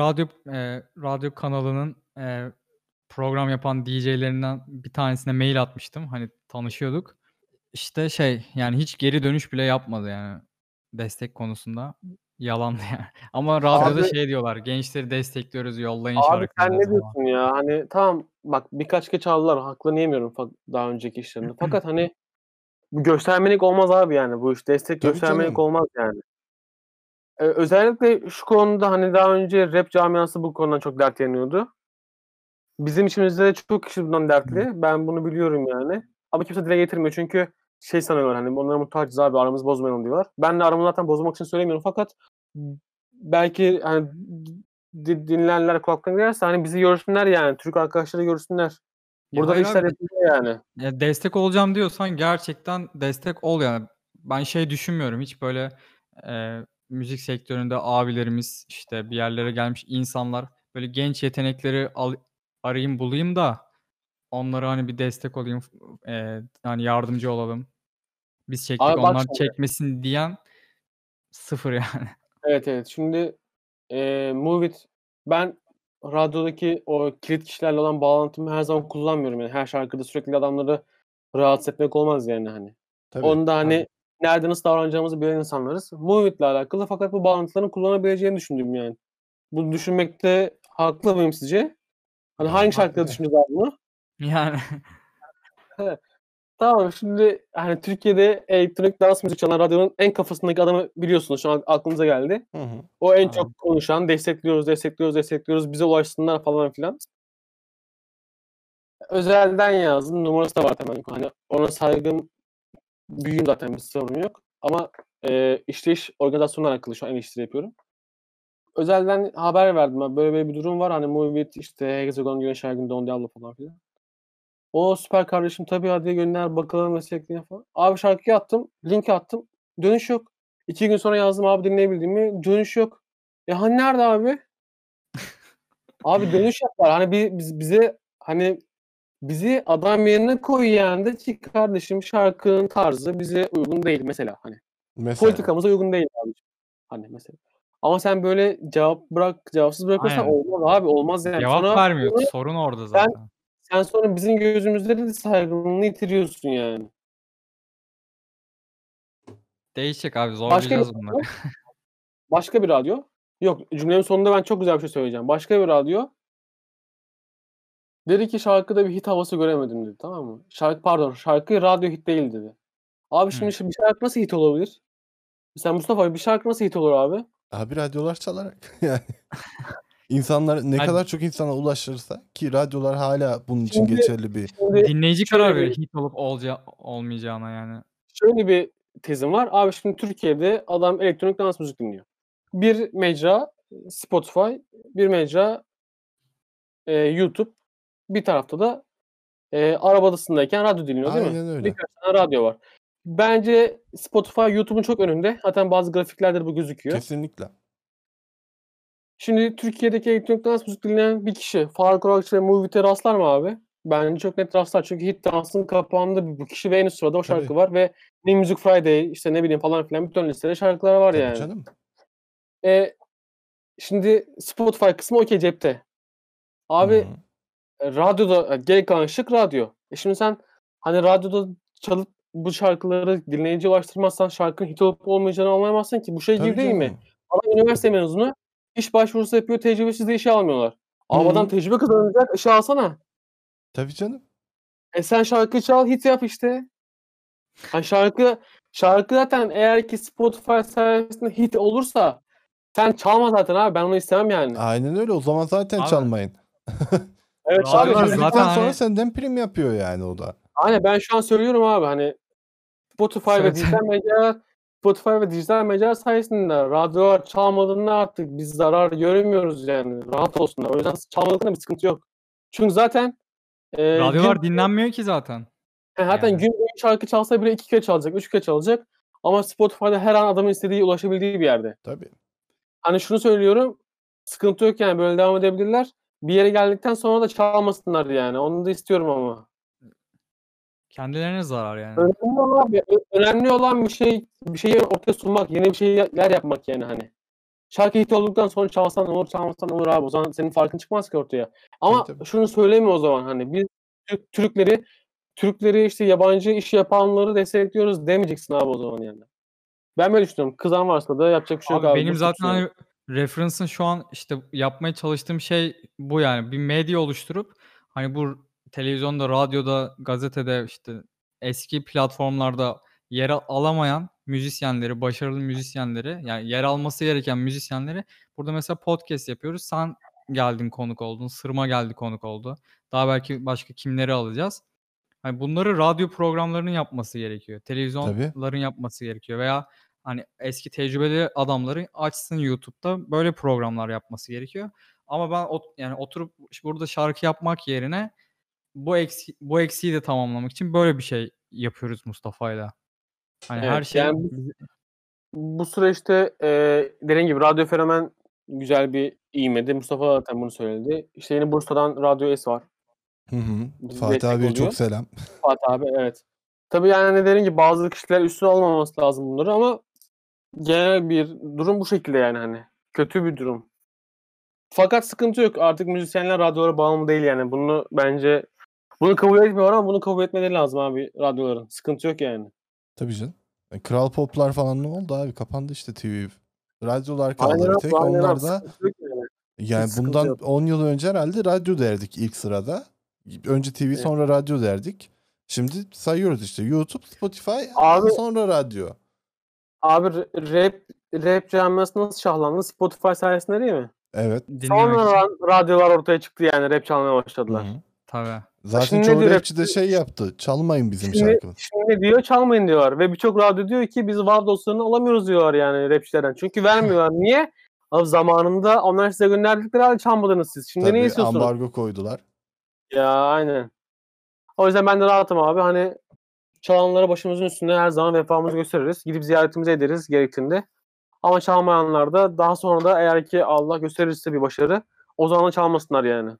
Speaker 1: radyo kanalının, program yapan DJ'lerinden bir tanesine mail atmıştım. Hani tanışıyorduk. İşte yani hiç geri dönüş bile yapmadı yani destek konusunda. Yalandı yani. Ama radyoda
Speaker 2: abi
Speaker 1: diyorlar, "Gençleri destekliyoruz, yollayın
Speaker 2: Abi sen
Speaker 1: şarkılarınızı."
Speaker 2: ne
Speaker 1: falan.
Speaker 2: diyorsun ya? Hani tamam bak birkaç kez çaldılar. Haklarını yemiyorum daha önceki işlerinde. Fakat hani bu göstermelik olmaz abi yani bu iş. Destek
Speaker 3: Tabii
Speaker 2: göstermelik
Speaker 3: canım.
Speaker 2: olmaz yani. Özellikle şu konuda hani daha önce rap camiası bu konudan çok dertleniyordu. Bizim içimizde de çok kişi bundan dertli. Ben bunu biliyorum yani. Ama kimse dile getirmiyor çünkü şey sanıyorlar hani onlara muhtacız abi aramızı bozmayalım diyorlar. Ben de aramı zaten bozmak için söylemiyorum fakat belki hani dinleyenler kulaklarına girerse hani bizi görsünler yani. Türk arkadaşları görsünler.
Speaker 1: Ya,
Speaker 2: Burada da
Speaker 1: hayır
Speaker 2: işler
Speaker 1: abi,
Speaker 2: yapılıyor yani.
Speaker 1: ya, destek olacağım diyorsan gerçekten destek ol yani. Ben düşünmüyorum hiç böyle, müzik sektöründe abilerimiz, işte, bir yerlere gelmiş insanlar, böyle genç yetenekleri arayayım bulayım da onlara, hani, bir destek olayım, hani, yardımcı olalım. Biz çektik
Speaker 2: Abi bak
Speaker 1: onlar
Speaker 2: şimdi.
Speaker 1: çekmesin diyen sıfır yani.
Speaker 2: Evet. Şimdi Move It ben radyodaki o kilit kişilerle olan bağlantımı her zaman kullanmıyorum. Yani her şarkıda sürekli adamları rahatsız etmek olmaz yani hani.
Speaker 3: Tabii.
Speaker 2: Onda hani nerede nasıl davranacağımızı bilen insanlarız. Move It'le alakalı fakat bu bağlantıların kullanabileceğini düşündüm yani. Bunu düşünmekte haklı mıyım sizce? Hani
Speaker 3: Yani
Speaker 2: hangi şarkıda
Speaker 3: haklı.
Speaker 2: düşündünüz abi bunu?
Speaker 1: Yani
Speaker 2: Tamam şimdi hani Türkiye'de elektronik dans müzik çalan radyonun en kafasındaki adamı biliyorsunuz. Şu an aklınıza geldi.
Speaker 3: Hı hı.
Speaker 2: O en
Speaker 1: tamam.
Speaker 2: çok konuşan destekliyoruz bize ulaşsınlar falan filan. Özelden yazdım. Numarası da var hemen. Hani ona saygım büyüğüm zaten bir sorun yok. Ama işleyiş organizasyonla alakalı şu an eleştiri yapıyorum. Özelden haber verdim. Böyle bir durum var. Hani Movie işte Hexagon, Güneş Ergün, Don Diablo falan filan. O süper kardeşim tabii hadi gönder bakalım meslekliğine falan. Abi şarkıyı attım. Linki attım. Dönüş yok. 2 gün sonra yazdım abi dinleyebildim mi? Dönüş yok. Hani nerede abi? Abi dönüş yapar. Hani bize hani bizi adam yerine koy yani de ki kardeşim şarkının tarzı bize uygun değil mesela hani.
Speaker 3: Mesela.
Speaker 2: Politikamıza uygun değil abi. Hani mesela. Ama sen böyle cevapsız bırakırsan
Speaker 1: Aynen.
Speaker 2: olmaz abi. Olmaz yani.
Speaker 1: Cevap vermiyor.
Speaker 2: Sonra
Speaker 1: Sorun orada
Speaker 2: sen
Speaker 1: zaten.
Speaker 2: sen sonra bizim gözümüzde de saygınlığını yitiriyorsun yani.
Speaker 1: Değişecek abi.
Speaker 2: Başka bir
Speaker 1: Zorlayacağız bunları.
Speaker 2: radyo. Başka bir radyo. Yok, cümlemin sonunda ben çok güzel bir şey söyleyeceğim. Başka bir radyo dedi ki şarkıda bir hit havası göremedim dedi, tamam mı? Şarkı radyo hit değil dedi. Abi
Speaker 1: Hıı.
Speaker 2: şimdi bir şarkı nasıl hit olabilir? Mesela Mustafa bir şarkı nasıl hit olur abi?
Speaker 3: Abi radyolar çalarak yani. İnsanlar ne
Speaker 1: Ha
Speaker 3: kadar çok insana ulaşırsa ki radyolar hala bunun için
Speaker 2: Şimdi
Speaker 3: geçerli bir
Speaker 1: dinleyici
Speaker 2: şöyle
Speaker 1: karar
Speaker 2: bir
Speaker 1: verir hit olup olmayacağına yani.
Speaker 2: şöyle bir tezim var. Abi şimdi Türkiye'de adam elektronik dans müzik dinliyor. Bir mecra Spotify, bir mecra YouTube, bir tarafta da arabadasındayken radyo dinliyor değil mi?
Speaker 3: Aynen öyle.
Speaker 2: Birkaç tane radyo var. Bence Spotify YouTube'un çok önünde. Zaten bazı grafiklerde bu gözüküyor.
Speaker 3: Kesinlikle.
Speaker 2: Şimdi Türkiye'deki elektronik dans müzik dinleyen bir kişi Faruk Orakçı ve Movit'e rastlar mı abi? Bence çok net rastlar. Çünkü hit dansın kapağında bu kişi ve en üst sırada o şarkı
Speaker 3: Tabii.
Speaker 2: var ve New Music Friday işte ne bileyim falan filan bütün listede şarkılar var
Speaker 3: Tabii
Speaker 2: yani.
Speaker 3: canım.
Speaker 2: Şimdi Spotify kısmı okey cepte. Abi radyoda geri kalan şık radyo. Şimdi sen hani radyoda çalıp bu şarkıları dinleyiciye ulaştırmazsan şarkının hit olup olmayacağını anlayamazsın ki. Bu şey gibi
Speaker 3: Tabii
Speaker 2: değil mi?
Speaker 3: canım.
Speaker 2: Adam üniversite mezunu, iş başvurusu yapıyor, tecrübesiz de işe almıyorlar. Abi adam tecrübe kazanacak, işe alsana.
Speaker 3: Tabii canım.
Speaker 2: Sen şarkı çal, hit yap işte. Hani şarkı zaten eğer ki Spotify sayesinde hit olursa sen çalma zaten abi. Ben onu istemem yani.
Speaker 3: Aynen öyle. O zaman zaten
Speaker 1: Abi
Speaker 3: çalmayın.
Speaker 2: Evet abi.
Speaker 1: radyolar
Speaker 3: Girdikten
Speaker 1: zaten
Speaker 3: sonra
Speaker 1: hani
Speaker 3: senden prim yapıyor yani o da.
Speaker 2: Aynen ben şu an söylüyorum abi hani Spotify ve dijital mecra sayesinde radyolar çalmadığında artık biz zarar göremiyoruz yani. Rahat olsunlar. O yüzden çalmadıklarında bir sıkıntı yok. Çünkü zaten
Speaker 1: radyolar dinlenmiyor ki zaten. Yani.
Speaker 2: gün boyu şarkı çalsa bile 2 kere çalacak, 3 kere çalacak. Ama Spotify'da her an adamın istediği, ulaşabildiği bir yerde.
Speaker 3: Tabii.
Speaker 2: Hani şunu söylüyorum, sıkıntı yok yani böyle devam edebilirler. Bir yere geldikten sonra da çalmasınlar yani. Onu da istiyorum ama.
Speaker 1: Kendilerine zarar yani.
Speaker 2: Önemli olan bir şeyi ortaya sunmak, yeni bir şeyler yapmak yani hani. Şarkı hit olduktan sonra çalsan olur, çalmasan olur abi. O zaman senin farkın çıkmaz ki ortaya. Ama
Speaker 3: Tabii.
Speaker 2: şunu söyleyeyim o zaman hani biz Türkleri işte yabancı iş yapanları destekliyoruz demeyeceksin abi o zaman yani. Ben böyle düşünüyorum. Kızan varsa da yapacak bir şey yok
Speaker 1: Abi
Speaker 2: abi.
Speaker 1: benim
Speaker 2: Bu
Speaker 1: zaten
Speaker 2: suç yani.
Speaker 1: hani reference'ın şu an işte yapmaya çalıştığım şey bu yani. Bir medya oluşturup hani bu televizyonda, radyoda, gazetede işte eski platformlarda yer alamayan müzisyenleri, başarılı müzisyenleri yani yer alması gereken müzisyenleri burada mesela podcast yapıyoruz. Sen geldin konuk oldun, Sırma geldi konuk oldu. Daha belki başka kimleri alacağız. Hani bunları radyo programlarının yapması gerekiyor.
Speaker 3: Tabii.
Speaker 1: Televizyonların yapması gerekiyor veya hani eski tecrübeli adamların açsın YouTube'da böyle programlar yapması gerekiyor. Ama ben yani oturup burada şarkı yapmak yerine bu eksiği de tamamlamak için böyle bir şey yapıyoruz Mustafa'yla. Hani her
Speaker 2: Evet.
Speaker 1: şey
Speaker 2: Yani bu süreçte dediğim gibi Radyo Fenomen güzel bir ivmedi. Mustafa zaten bunu söyledi. İşte yeni Bursa'dan Radyo S var. Bize
Speaker 3: Fatih
Speaker 2: destek
Speaker 3: abiye
Speaker 2: oluyor.
Speaker 3: çok selam.
Speaker 2: Fatih abi evet. Tabii yani dediğim gibi bazı kişiler üstüne almaması lazım bunları ama genel bir durum bu şekilde yani hani. Kötü bir durum. Fakat sıkıntı yok. Artık müzisyenler radyolara bağımlı değil yani. Bunu kabul etmiyor ama bunu kabul etmeleri lazım abi radyoların. Sıkıntı yok yani.
Speaker 3: Tabii canım. Kral Pop'lar falan ne oldu abi? Kapandı işte TV. Radyolar kaldı
Speaker 2: Aynen
Speaker 3: bir
Speaker 2: abi,
Speaker 3: tek.
Speaker 2: aynen abi.
Speaker 3: Onlar da
Speaker 2: Sıkıntı yok yani. Hiç
Speaker 3: yani
Speaker 2: sıkıntı
Speaker 3: bundan
Speaker 2: yok.
Speaker 3: 10 yıl önce herhalde radyo derdik ilk sırada. Önce TV
Speaker 2: Evet.
Speaker 3: sonra radyo derdik. Şimdi sayıyoruz işte YouTube, Spotify,
Speaker 2: Abi
Speaker 3: sonra radyo.
Speaker 2: Abi rap camiası nasıl şahlandı? Spotify sayesinde değil mi?
Speaker 3: Evet.
Speaker 1: dinlemek
Speaker 2: Sonra
Speaker 1: için.
Speaker 2: radyolar ortaya çıktı yani rap çalmaya
Speaker 3: Hı
Speaker 2: başladılar.
Speaker 3: hı.
Speaker 1: Tabii.
Speaker 3: Zaten
Speaker 2: Şimdi ne
Speaker 3: çoğu
Speaker 2: diyor rap?
Speaker 3: rapçi de şey yaptı. Çalmayın bizim
Speaker 2: Şimdi,
Speaker 3: şarkımızı.
Speaker 2: şimdi ne diyor? Çalmayın diyorlar. Ve birçok radyo diyor ki biz VAR dosyalarını alamıyoruz diyorlar yani rapçilerden. Çünkü vermiyorlar. Niye? Abi zamanında onlar size gönderdikleri halde çalmadınız siz. Şimdi ne
Speaker 3: Tabii
Speaker 2: istiyorsunuz?
Speaker 3: ambargo koydular.
Speaker 2: Ya aynen. O yüzden ben de rahatım abi. Hani çalanlara başımızın üstünde her zaman vefamızı gösteririz. Gidip ziyaretimizi ederiz gerektiğinde. Ama çalmayanlar da daha sonra da eğer ki Allah gösterirse bir başarı o zaman çalmasınlar yani.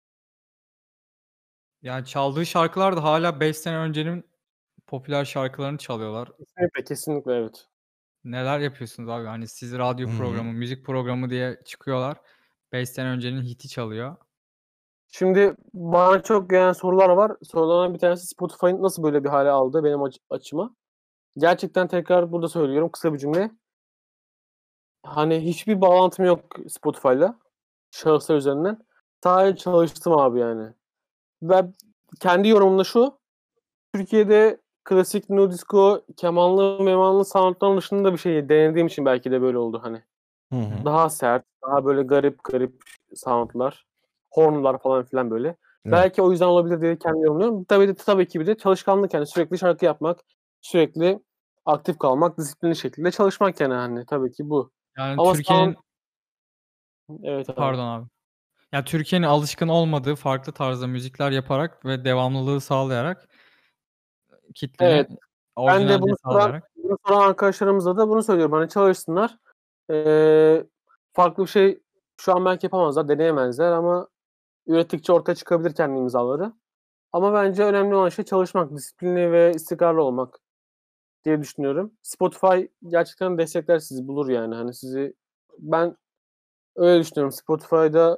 Speaker 1: Yani çaldığı şarkılar da hâlâ 5 sene öncenin popüler şarkılarını çalıyorlar.
Speaker 2: Kesinlikle, kesinlikle evet.
Speaker 1: Neler yapıyorsunuz abi? Hani siz radyo
Speaker 3: Hı hı.
Speaker 1: programı, müzik programı diye çıkıyorlar. 5 sene öncenin hiti çalıyor.
Speaker 2: Şimdi bana çok gelen sorular var. Sorulardan bir tanesi Spotify'ın nasıl böyle bir hale aldı benim açıma. Gerçekten tekrar burada söylüyorum kısa bir cümle. Hani hiçbir bağlantım yok Spotify'la. Şahıslar üzerinden. Sadece çalıştım abi yani. Ve kendi yorumumda şu. Türkiye'de klasik nu disco, kemanlı memanlı sound'ların dışında bir şey denediğim için belki de böyle oldu hani.
Speaker 3: Hı hı.
Speaker 2: Daha sert, daha böyle garip garip sound'lar, horn'lar falan filan böyle.
Speaker 3: Evet.
Speaker 2: Belki o yüzden olabilir diye kendi yorumluyorum. Tabii ki bir de çalışkanlık yani sürekli şarkı yapmak, sürekli aktif kalmak, disiplinli şekilde çalışmak yani hani tabii ki bu.
Speaker 1: Yani
Speaker 2: Ama sound
Speaker 1: Türkiye'nin
Speaker 2: evet abi.
Speaker 1: Pardon abi. Ya, Türkiye'nin alışkın olmadığı farklı tarzda müzikler yaparak ve devamlılığı sağlayarak
Speaker 2: Evet.
Speaker 1: kitlene
Speaker 2: Ben de
Speaker 1: orijinalliği sağlayarak
Speaker 2: bunu soran arkadaşlarımıza da bunu söylüyorum. Hani çalışsınlar. Farklı bir şey şu an belki yapamazlar, deneyemezler ama ürettikçe ortaya çıkabilir kendi imzaları. Ama bence önemli olan şey çalışmak, disiplinli ve istikrarlı olmak diye düşünüyorum. Spotify gerçekten destekler sizi, bulur yani. Hani sizi ben öyle düşünüyorum. Spotify'da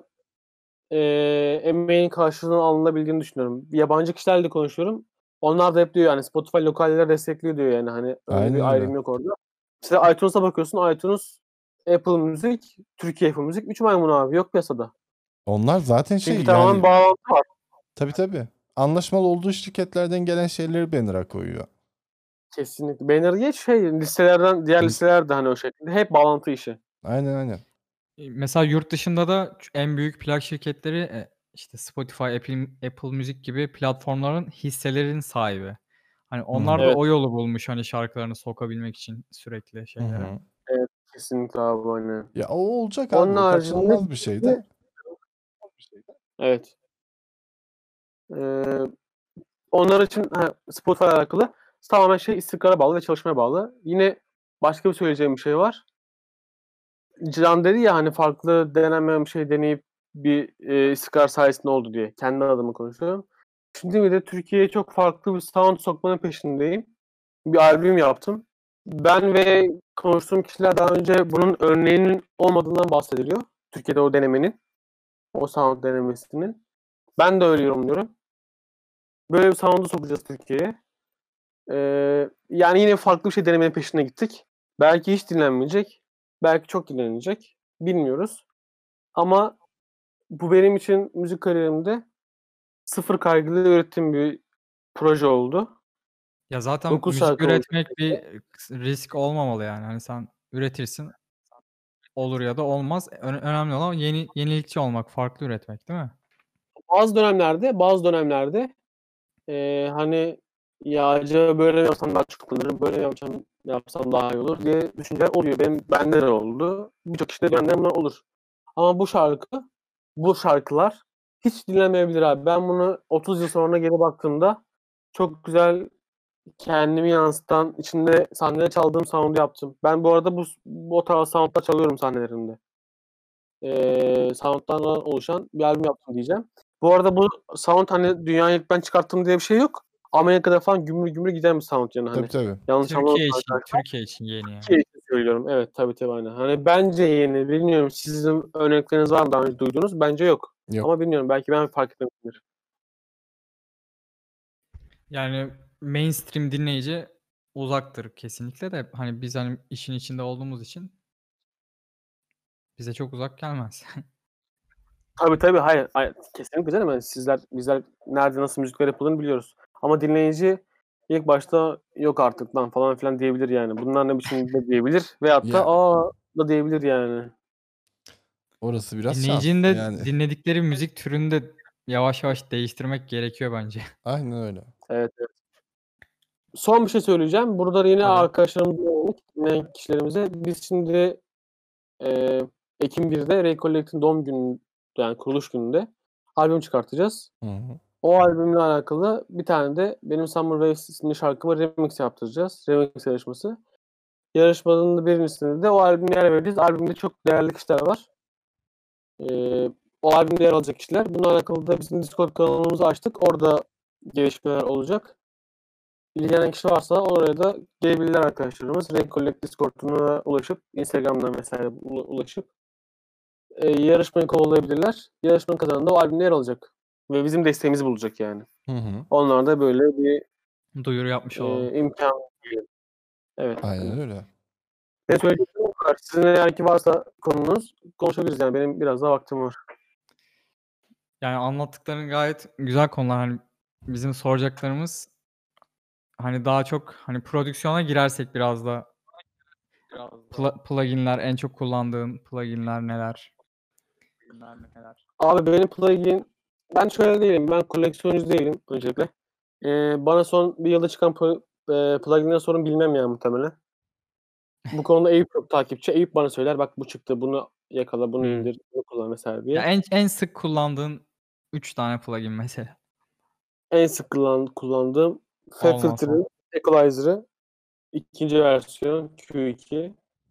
Speaker 2: emeğin karşılığının alınabildiğini düşünüyorum. Yabancı kişilerle konuşuyorum. Onlar da hep diyor yani Spotify lokalleri destekliyor diyor yani. Hani öyle
Speaker 3: Aynen
Speaker 2: bir
Speaker 3: öyle.
Speaker 2: ayrım yok orada. Mesela iTunes'a bakıyorsun. iTunes, Apple Müzik, Türkiye Apple Müzik 3 maymun abi. Yok piyasada.
Speaker 3: Onlar zaten
Speaker 2: Çünkü
Speaker 3: şey
Speaker 2: tamamen
Speaker 3: yani
Speaker 2: bağlantı var.
Speaker 3: tabii. Anlaşmalı olduğu şirketlerden gelen şeyleri banner'a koyuyor.
Speaker 2: Kesinlikle. Banner geç listelerden, diğer listeler de hani o şekilde. Hep bağlantı işi.
Speaker 3: Aynen.
Speaker 1: Mesela yurt dışında da en büyük plak şirketleri, işte Spotify, Apple Müzik gibi platformların hisselerinin sahibi. Hani
Speaker 3: Hı
Speaker 1: onlar
Speaker 3: hı.
Speaker 1: da
Speaker 2: Evet.
Speaker 1: o yolu bulmuş hani şarkılarını sokabilmek için sürekli
Speaker 3: Hı
Speaker 1: şeylere.
Speaker 3: hı.
Speaker 2: Evet. Kesinlikle abi aynen.
Speaker 3: Ya o olacak abi.
Speaker 2: Onun
Speaker 3: O
Speaker 2: haricinde
Speaker 3: kaçınılmaz bir şey de.
Speaker 2: evet. Eee, onlar için Spotify'la alakalı tamamen şey istikrara bağlı ve çalışmaya bağlı. Yine başka bir söyleyeceğim bir şey var. Can dedi ya hani farklı denemeyen bir şey deneyip bir istikrar sayesinde oldu diye. Kendi adıma konuşuyorum. Şimdi bir de Türkiye'ye çok farklı bir sound sokmanın peşindeyim. Bir albüm yaptım. Ben ve konuştuğum kişiler daha önce bunun örneğinin olmadığından bahsediliyor. Türkiye'de o denemenin, o sound denemesinin. Ben de öyle yorumluyorum. Böyle bir sound'u sokacağız Türkiye'ye. Yani yine farklı bir şey denemenin peşine gittik. Belki hiç dinlenmeyecek. Belki çok dinlenecek. Bilmiyoruz. Ama bu benim için müzik kariyerimde sıfır kaygıyla ürettiğim bir proje oldu.
Speaker 1: Ya, zaten
Speaker 2: 9
Speaker 1: müzik
Speaker 2: şarkı olacak.
Speaker 1: üretmek bir risk olmamalı yani. Hani sen üretirsin, olur ya da olmaz. Önemli olan yenilikçi olmak, farklı üretmek, değil mi?
Speaker 2: Bazı dönemlerde hani ya acaba böyle yapsam daha çok kullanırım, böyle yapsam daha iyi olur diye düşünceler oluyor. Bende de oldu. Birçok kişide benden olur. Ama bu şarkılar hiç dinlemeyebilir abi. Ben bunu 30 yıl sonra geri baktığımda çok güzel kendimi yansıtan, içinde sahnede çaldığım sound'u yaptım. Ben bu arada bu tarz sound'lar çalıyorum sahnelerimde. Sound'lardan oluşan bir albüm yaptım diyeceğim. Bu arada bu sound hani dünyaya ilk ben çıkarttım diye bir şey yok. Amerika'da falan gümrü gümrü giden bir sound yani hani.
Speaker 3: Tabii.
Speaker 2: Yanlış anlamayın arkadaşlar.
Speaker 1: Türkiye için yeni yani.
Speaker 2: Türkiye için söylüyorum. Evet tabii aynen. Hani bence yeni. Bilmiyorum sizin örnekleriniz var mı daha önce duyduğunuz? Bence yok.
Speaker 3: Yok.
Speaker 2: Ama bilmiyorum belki ben fark etmemişimdir.
Speaker 1: Yani mainstream dinleyici uzaktır kesinlikle de hani biz hani işin içinde olduğumuz için bize çok uzak gelmez.
Speaker 2: Tabii. Hayır. Kesinlikle canım. Yani bizler nerede nasıl müzikler yapıldığını biliyoruz. Ama dinleyici ilk başta yok artık lan falan filan diyebilir yani. Bunlar ne biçim de diyebilir veyahut da
Speaker 3: Ya
Speaker 2: da diyebilir yani.
Speaker 3: orası biraz
Speaker 1: Dinleyicinin
Speaker 3: şans
Speaker 1: de
Speaker 3: yani.
Speaker 1: dinledikleri müzik türünü de yavaş yavaş değiştirmek gerekiyor bence.
Speaker 3: Aynen öyle.
Speaker 2: Evet. Son bir şey söyleyeceğim. Burada yine
Speaker 1: Tabii.
Speaker 2: arkadaşlarımıza, dinleyen kişilerimize biz şimdi Ekim 1'de Ray Collect'in doğum günü yani kuruluş gününde albüm çıkartacağız.
Speaker 3: Hı hı.
Speaker 2: O albümle alakalı bir tane de benim Summer Waves isimli şarkıma remix yaptıracağız. Remix yarışması. Yarışmanın da birincisinde de o albüme yer vereceğiz. Albümde çok değerli kişiler var. o albümde yer alacak kişiler. Bununla alakalı da bizim Discord kanalımızı açtık. Orada gelişmeler olacak. İlgilenen kişi varsa oraya da gelebilirler arkadaşlarımız. Recollect Discord'una ulaşıp Instagram'dan vesaire ulaşıp yarışmayı kovalayabilirler. Yarışmanın kazanında o albümde yer alacak. Ve bizim desteğimizi bulacak yani.
Speaker 3: Hı hı.
Speaker 2: Onlar da böyle bir
Speaker 1: Duyuru yapmış olalım.
Speaker 2: imkan diyelim. Evet.
Speaker 3: Aynen öyle.
Speaker 2: Ne söyleyecektim o kadar. Sizin eğer ki varsa konunuz konuşabiliriz yani. Benim biraz daha vaktim var.
Speaker 1: Yani anlattıkların gayet güzel konular. Hani bizim soracaklarımız hani daha çok hani prodüksiyona girersek biraz da pluginler, en çok kullandığın pluginler neler?
Speaker 2: Abi benim plugin, ben şöyle değilim. Ben koleksiyoncu değilim öncelikle. Bana son bir yılda çıkan plugin'den sorun bilmem yani muhtemelen. Bu konuda Eyüp çok takipçi. Eyüp bana söyler bak bu çıktı, bunu yakala, bunu indir, bunu kullan vesaire diye.
Speaker 1: Ya en sık kullandığın 3 tane plugin mesela.
Speaker 2: En sık kullandığım Fab
Speaker 1: Olmazsa.
Speaker 2: Filter'ın Equalizer'ı, ikinci versiyon Q2.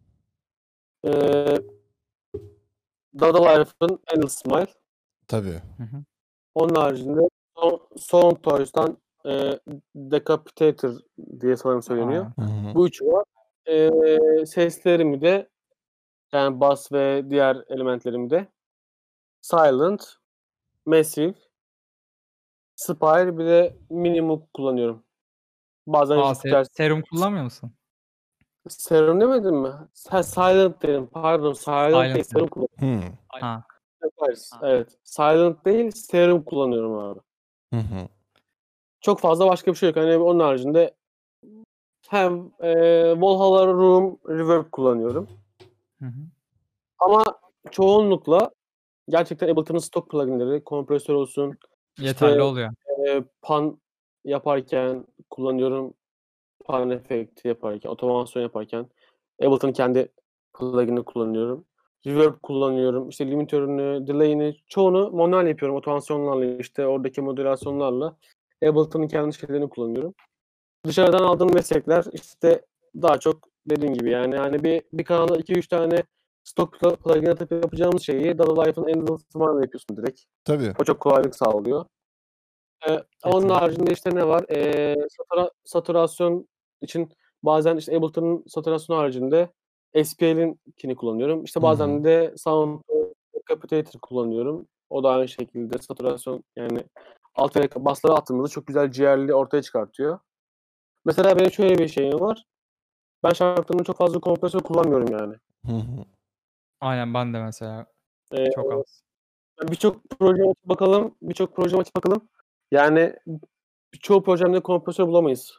Speaker 2: Dada Life'ın Endless Smile.
Speaker 3: Tabii.
Speaker 1: Hı hı.
Speaker 2: Onun haricinde Sound Toys'tan Decapitator diye sanırım söyleniyor.
Speaker 1: Aynen.
Speaker 3: Hı hı.
Speaker 2: Bu üçü var. Seslerimi de yani bass ve diğer elementlerimi de Silent, Massive, Spire bir de Minimum kullanıyorum. Bazen Jupiter
Speaker 1: Serum kullanmıyor musun?
Speaker 2: Serum demedim mi? Silent dedim. Pardon, Silent değil,
Speaker 1: Silent
Speaker 2: Serum
Speaker 1: mi?
Speaker 2: kullanıyorum.
Speaker 3: Hı.
Speaker 1: Ha.
Speaker 2: Evet. Silent değil, Serum kullanıyorum abi.
Speaker 3: Hı hı.
Speaker 2: Çok fazla başka bir şey yok. Hani onun haricinde hem Valhalla Room Reverb kullanıyorum.
Speaker 1: Hı hı.
Speaker 2: Ama çoğunlukla gerçekten Ableton'un stock pluginleri, kompresör olsun,
Speaker 1: Yeterli
Speaker 2: işte
Speaker 1: oluyor.
Speaker 2: pan yaparken kullanıyorum. Pan efekti yaparken, otomasyon yaparken Ableton'un kendi pluginini kullanıyorum. Reverb kullanıyorum. İşte limitörünü, delay'ini çoğunu manuel yapıyorum. Otomasyonlarla işte oradaki modülasyonlarla Ableton'un kendi şeylerini kullanıyorum. Dışarıdan aldığım meslekler işte daha çok dediğim gibi yani bir kanala 2-3 tane stok plugin atıp yapacağımız şeyi Dada Life'ın Endless Smile'la yapıyorsun direkt.
Speaker 3: Tabii.
Speaker 2: O çok kolaylık sağlıyor. Onun
Speaker 1: Kesinlikle.
Speaker 2: haricinde işte ne var? Saturasyon için bazen işte Ableton'un saturasyon haricinde SPL'inkini kullanıyorum. İşte
Speaker 3: Hı hı.
Speaker 2: bazen de Sound Decapitator kullanıyorum. O da aynı şekilde saturasyon yani alt ve bassları attığımızda çok güzel ciğerli ortaya çıkartıyor. Mesela benim şöyle bir şeyim var. Ben şarkılarımda çok fazla kompresör kullanmıyorum yani.
Speaker 3: Hı hı.
Speaker 1: Aynen ben de mesela
Speaker 2: Eee,
Speaker 1: çok az.
Speaker 2: birçok proje açıp bakalım. Yani çoğu projemde kompresör bulamayız.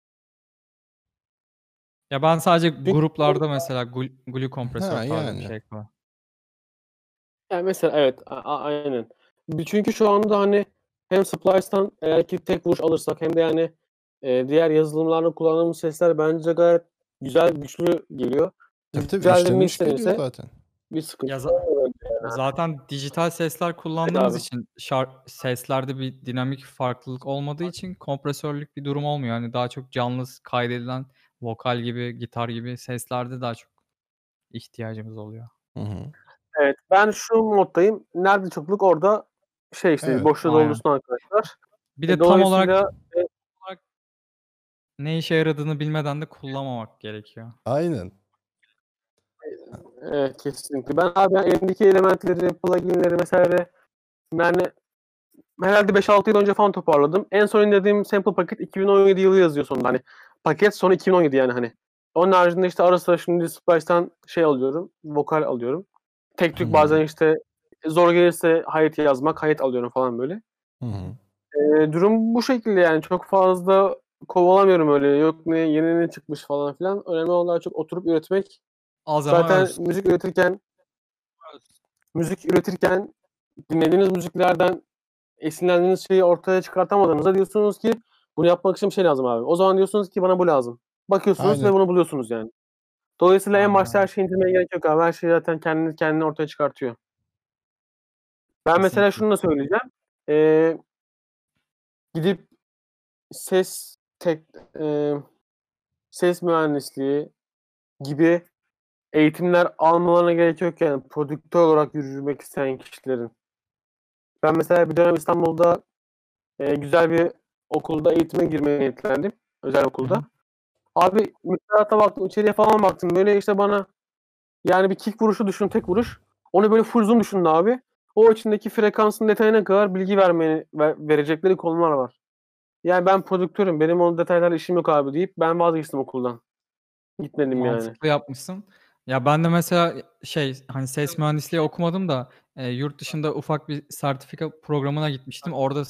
Speaker 1: Ya ben sadece
Speaker 2: Çünkü
Speaker 1: gruplarda mesela Glue kompresör
Speaker 3: Ha,
Speaker 1: tarzı bir
Speaker 3: yani.
Speaker 1: şey var.
Speaker 2: yani mesela evet, aynen. Çünkü şu anda hani hem Splice'tan eğer ki tek vuruş alırsak hem de yani diğer yazılımlarda kullandığımız sesler bence gayet güzel, güçlü geliyor.
Speaker 3: Tabii tabii
Speaker 2: Güzel bir
Speaker 3: işlenmiş geliyor
Speaker 2: mixlenirse
Speaker 3: zaten.
Speaker 2: bir sıkıntı
Speaker 1: Ya
Speaker 2: olmuyor bence yani.
Speaker 1: zaten dijital sesler
Speaker 2: Evet
Speaker 1: kullandığımız
Speaker 2: abi.
Speaker 1: için seslerde bir dinamik farklılık olmadığı için kompresörlük bir durum olmuyor. Hani daha çok canlı kaydedilen vokal gibi, gitar gibi seslerde daha çok ihtiyacımız oluyor.
Speaker 3: Hı hı.
Speaker 2: Evet, ben şu moddayım. Nerede çokluk orada şey işte
Speaker 3: Evet.
Speaker 2: boşluğu
Speaker 1: Aynen.
Speaker 2: doldursun arkadaşlar.
Speaker 1: Bir de tam olarak
Speaker 2: Dolayısıyla
Speaker 1: ne işe yaradığını bilmeden de kullanmamak gerekiyor.
Speaker 3: Aynen.
Speaker 2: evet, kesinlikle. Ben elimdeki elementleri, pluginleri vesaire yani herhalde 5-6 yıl önce falan toparladım. En son indirdiğim sample paket 2017 yılı yazıyor sonunda. Hani paket sonu 2017 yani hani. Onun haricinde işte ara sıra şimdi Splice'tan şey alıyorum, vokal alıyorum. Tek
Speaker 3: Hı
Speaker 2: tük
Speaker 3: hı.
Speaker 2: bazen işte zor gelirse hayat yazmak, hayat alıyorum falan böyle.
Speaker 3: Hı hı.
Speaker 2: Durum bu şekilde yani çok fazla kovalamıyorum öyle. Yok ne yeni ne çıkmış falan filan. Önemli olan daha çok oturup üretmek.
Speaker 1: Az ama
Speaker 2: Zaten
Speaker 1: öz.
Speaker 2: müzik üretirken dinlediğiniz müziklerden esinlendiğiniz şeyi ortaya çıkartamadığınızda diyorsunuz ki bunu yapmak için bir şey lazım abi. O zaman diyorsunuz ki bana bu lazım. Bakıyorsunuz ve
Speaker 3: Aynen.
Speaker 2: bunu buluyorsunuz yani. Dolayısıyla en
Speaker 1: Aynen
Speaker 2: başta her
Speaker 1: öyle.
Speaker 2: şeyi indirmeye gerek yok abi. Her şey zaten kendini ortaya çıkartıyor. Ben mesela
Speaker 1: Kesinlikle.
Speaker 2: şunu da söyleyeceğim. Ee, gidip ses tek e, ses mühendisliği gibi eğitimler almalarına gerek yok yani prodüktör olarak yürümek isteyen kişilerin. Ben mesela bir dönem İstanbul'da güzel bir okulda eğitime girmeye niyetlendim. Özel
Speaker 1: Hı
Speaker 2: okulda.
Speaker 1: hı.
Speaker 2: Abi müfredata baktım, içeriye falan baktım. Böyle işte bana yani bir kick vuruşu düşün, tek vuruş. Onu böyle full zoom düşündü abi. O içindeki frekansın detayına kadar bilgi verecekleri konular var. Yani ben prodüktörüm, benim o detaylarla işim yok abi deyip ben vazgeçtim okuldan. Gitmedim yani.
Speaker 1: Mantıklı yapmışsın. Ya ben de mesela hani ses mühendisliği okumadım da yurt dışında ufak bir sertifika programına gitmiştim. Orada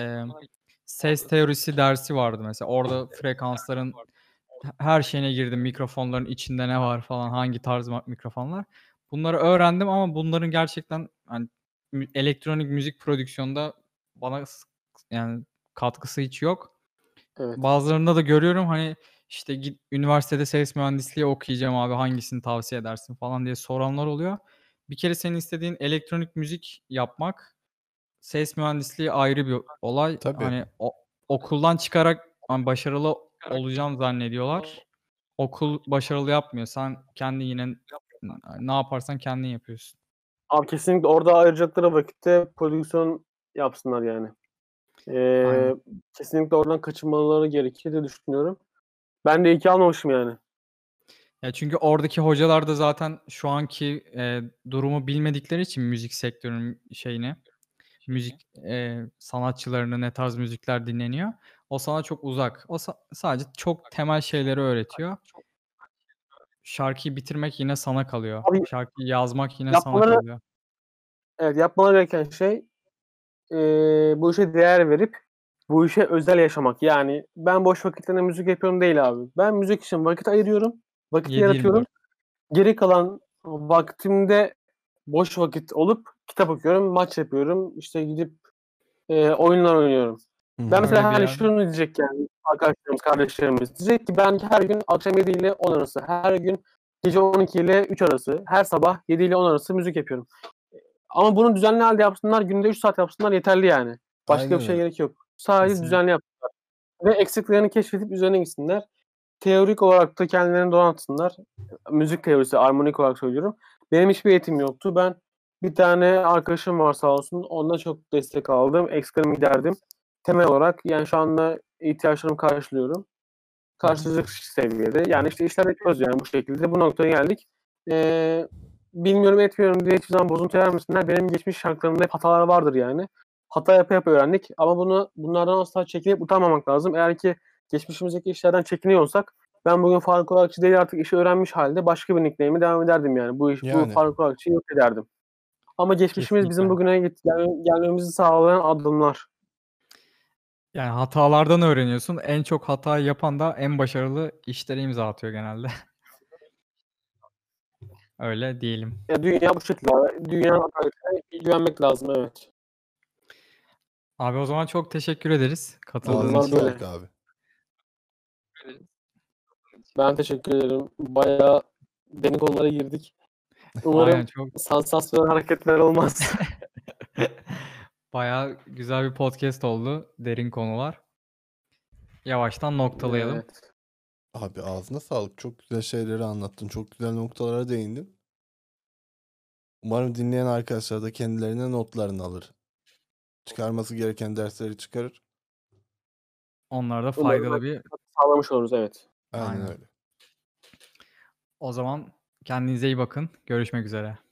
Speaker 1: ses teorisi dersi vardı mesela. Orada frekansların her şeyine girdim. Mikrofonların içinde ne var falan, hangi tarz mikrofonlar. Bunları öğrendim ama bunların gerçekten hani elektronik müzik prodüksiyonunda bana yani katkısı hiç yok.
Speaker 2: Evet.
Speaker 1: Bazılarında da görüyorum hani işte git üniversitede ses mühendisliği okuyacağım abi hangisini tavsiye edersin falan diye soranlar oluyor. Bir kere senin istediğin elektronik müzik yapmak, ses mühendisliği ayrı bir olay.
Speaker 3: Tabii.
Speaker 1: Hani okuldan çıkarak hani başarılı olacağım zannediyorlar. Okul başarılı yapmıyor. Sen kendin yine ne yaparsan kendin yapıyorsun.
Speaker 2: Abi kesinlikle orada ayıracakları vakitte prodüksiyon yapsınlar yani.
Speaker 1: Aynen.
Speaker 2: Kesinlikle oradan kaçınmaları gerekir diye düşünüyorum. Ben de iyi ki almamışım yani.
Speaker 1: Ya, çünkü oradaki hocalar da zaten şu anki, durumu bilmedikleri için müzik sektörünün müzik, sanatçılarının ne tarz müzikler dinleniyor, o sana çok uzak. O sadece çok temel şeyleri öğretiyor. Şarkıyı bitirmek yine sana kalıyor.
Speaker 2: Abi
Speaker 1: Şarkıyı yazmak yine sana
Speaker 2: yapmaları
Speaker 1: kalıyor.
Speaker 2: evet, yapmaları gereken şey bu işe değer verip bu işe özel yaşamak. Yani ben boş vakitlerinde müzik yapıyorum değil abi. Ben müzik için vakit ayırıyorum, vakit
Speaker 1: 7/24.
Speaker 2: yaratıyorum. Geri kalan vaktimde boş vakit olup kitap okuyorum, maç yapıyorum, işte gidip oyunlar oynuyorum.
Speaker 3: Hı
Speaker 2: Ben
Speaker 3: hı.
Speaker 2: mesela
Speaker 1: Öyle bir
Speaker 2: hani
Speaker 1: yerde.
Speaker 2: şunu diyecek yani arkadaşlarımız, kardeşlerimiz. Diyecek ki ben her gün akşam 7 ile 10 arası, her gün gece 12 ile 3 arası, her sabah 7 ile 10 arası müzik yapıyorum. Ama bunu düzenli halde yapsınlar, günde 3 saat yapsınlar yeterli yani. Başka bir
Speaker 3: Aynen
Speaker 2: şeye
Speaker 3: öyle.
Speaker 2: gerek yok. Sadece
Speaker 1: Kesinlikle.
Speaker 2: düzenli yapsınlar. Ve eksiklerini keşfedip üzerine gitsinler. Teorik olarak da kendilerini donatsınlar. Müzik teorisi, armonik olarak söylüyorum. Benim hiçbir eğitim yoktu. Ben bir tane arkadaşım var sağ olsun. Ondan çok destek aldım. Eksiklerimi giderdim. Temel olarak yani şu anda ihtiyaçlarımı karşılıyorum.
Speaker 1: Hı hı.
Speaker 2: Karşılayacak seviyede. Yani işte işler yapıyoruz yani bu şekilde. Bu noktaya geldik. Ee, Bilmiyorum etmiyorum diye hiçbir zaman bozuntu vermesinler. Benim geçmiş şarkılarımda hep hatalar vardır yani. Hata yapa öğrendik. Ama bunlardan asla çekinip utanmamak lazım. Eğer ki geçmişimizdeki işlerden çekiniyorsak ben bugün Faruk Olarakçı değil artık işi öğrenmiş halde başka bir nickname'e devam ederdim yani. Bu
Speaker 3: Yani.
Speaker 2: Faruk Olarakçı'yı yok ederdim. Ama geçmişimiz bizim
Speaker 1: Kesinlikle.
Speaker 2: bugüne gelmemizi sağlayan adımlar.
Speaker 1: Yani hatalardan öğreniyorsun. En çok hata yapan da en başarılı işlere imza atıyor genelde. Öyle diyelim.
Speaker 2: Ya dünya bu şekilde. Dünya adaletine güvenmek lazım evet.
Speaker 1: Abi o zaman çok teşekkür ederiz katıldığın
Speaker 3: Ağzına
Speaker 2: Durumlar
Speaker 1: için.
Speaker 2: böyle.
Speaker 3: sağlık abi.
Speaker 2: Ben teşekkür ederim. Bayağı deli konulara girdik.
Speaker 1: Aynen
Speaker 2: Umarım
Speaker 1: çok
Speaker 2: sansasyonel hareketler olmaz.
Speaker 1: bayağı güzel bir podcast oldu. Derin konular. Yavaştan noktalayalım.
Speaker 2: Evet.
Speaker 3: Abi ağzına sağlık. Çok güzel şeyleri anlattın. Çok güzel noktalara değindin. Umarım dinleyen arkadaşlar da kendilerine notlarını alır. Çıkarması gereken dersleri çıkarır.
Speaker 1: Onlar da
Speaker 2: Umarım
Speaker 1: faydalı bir
Speaker 2: sağlamış oluruz evet.
Speaker 3: Aynen
Speaker 1: Aynen.
Speaker 3: öyle.
Speaker 1: O zaman kendinize iyi bakın. Görüşmek üzere.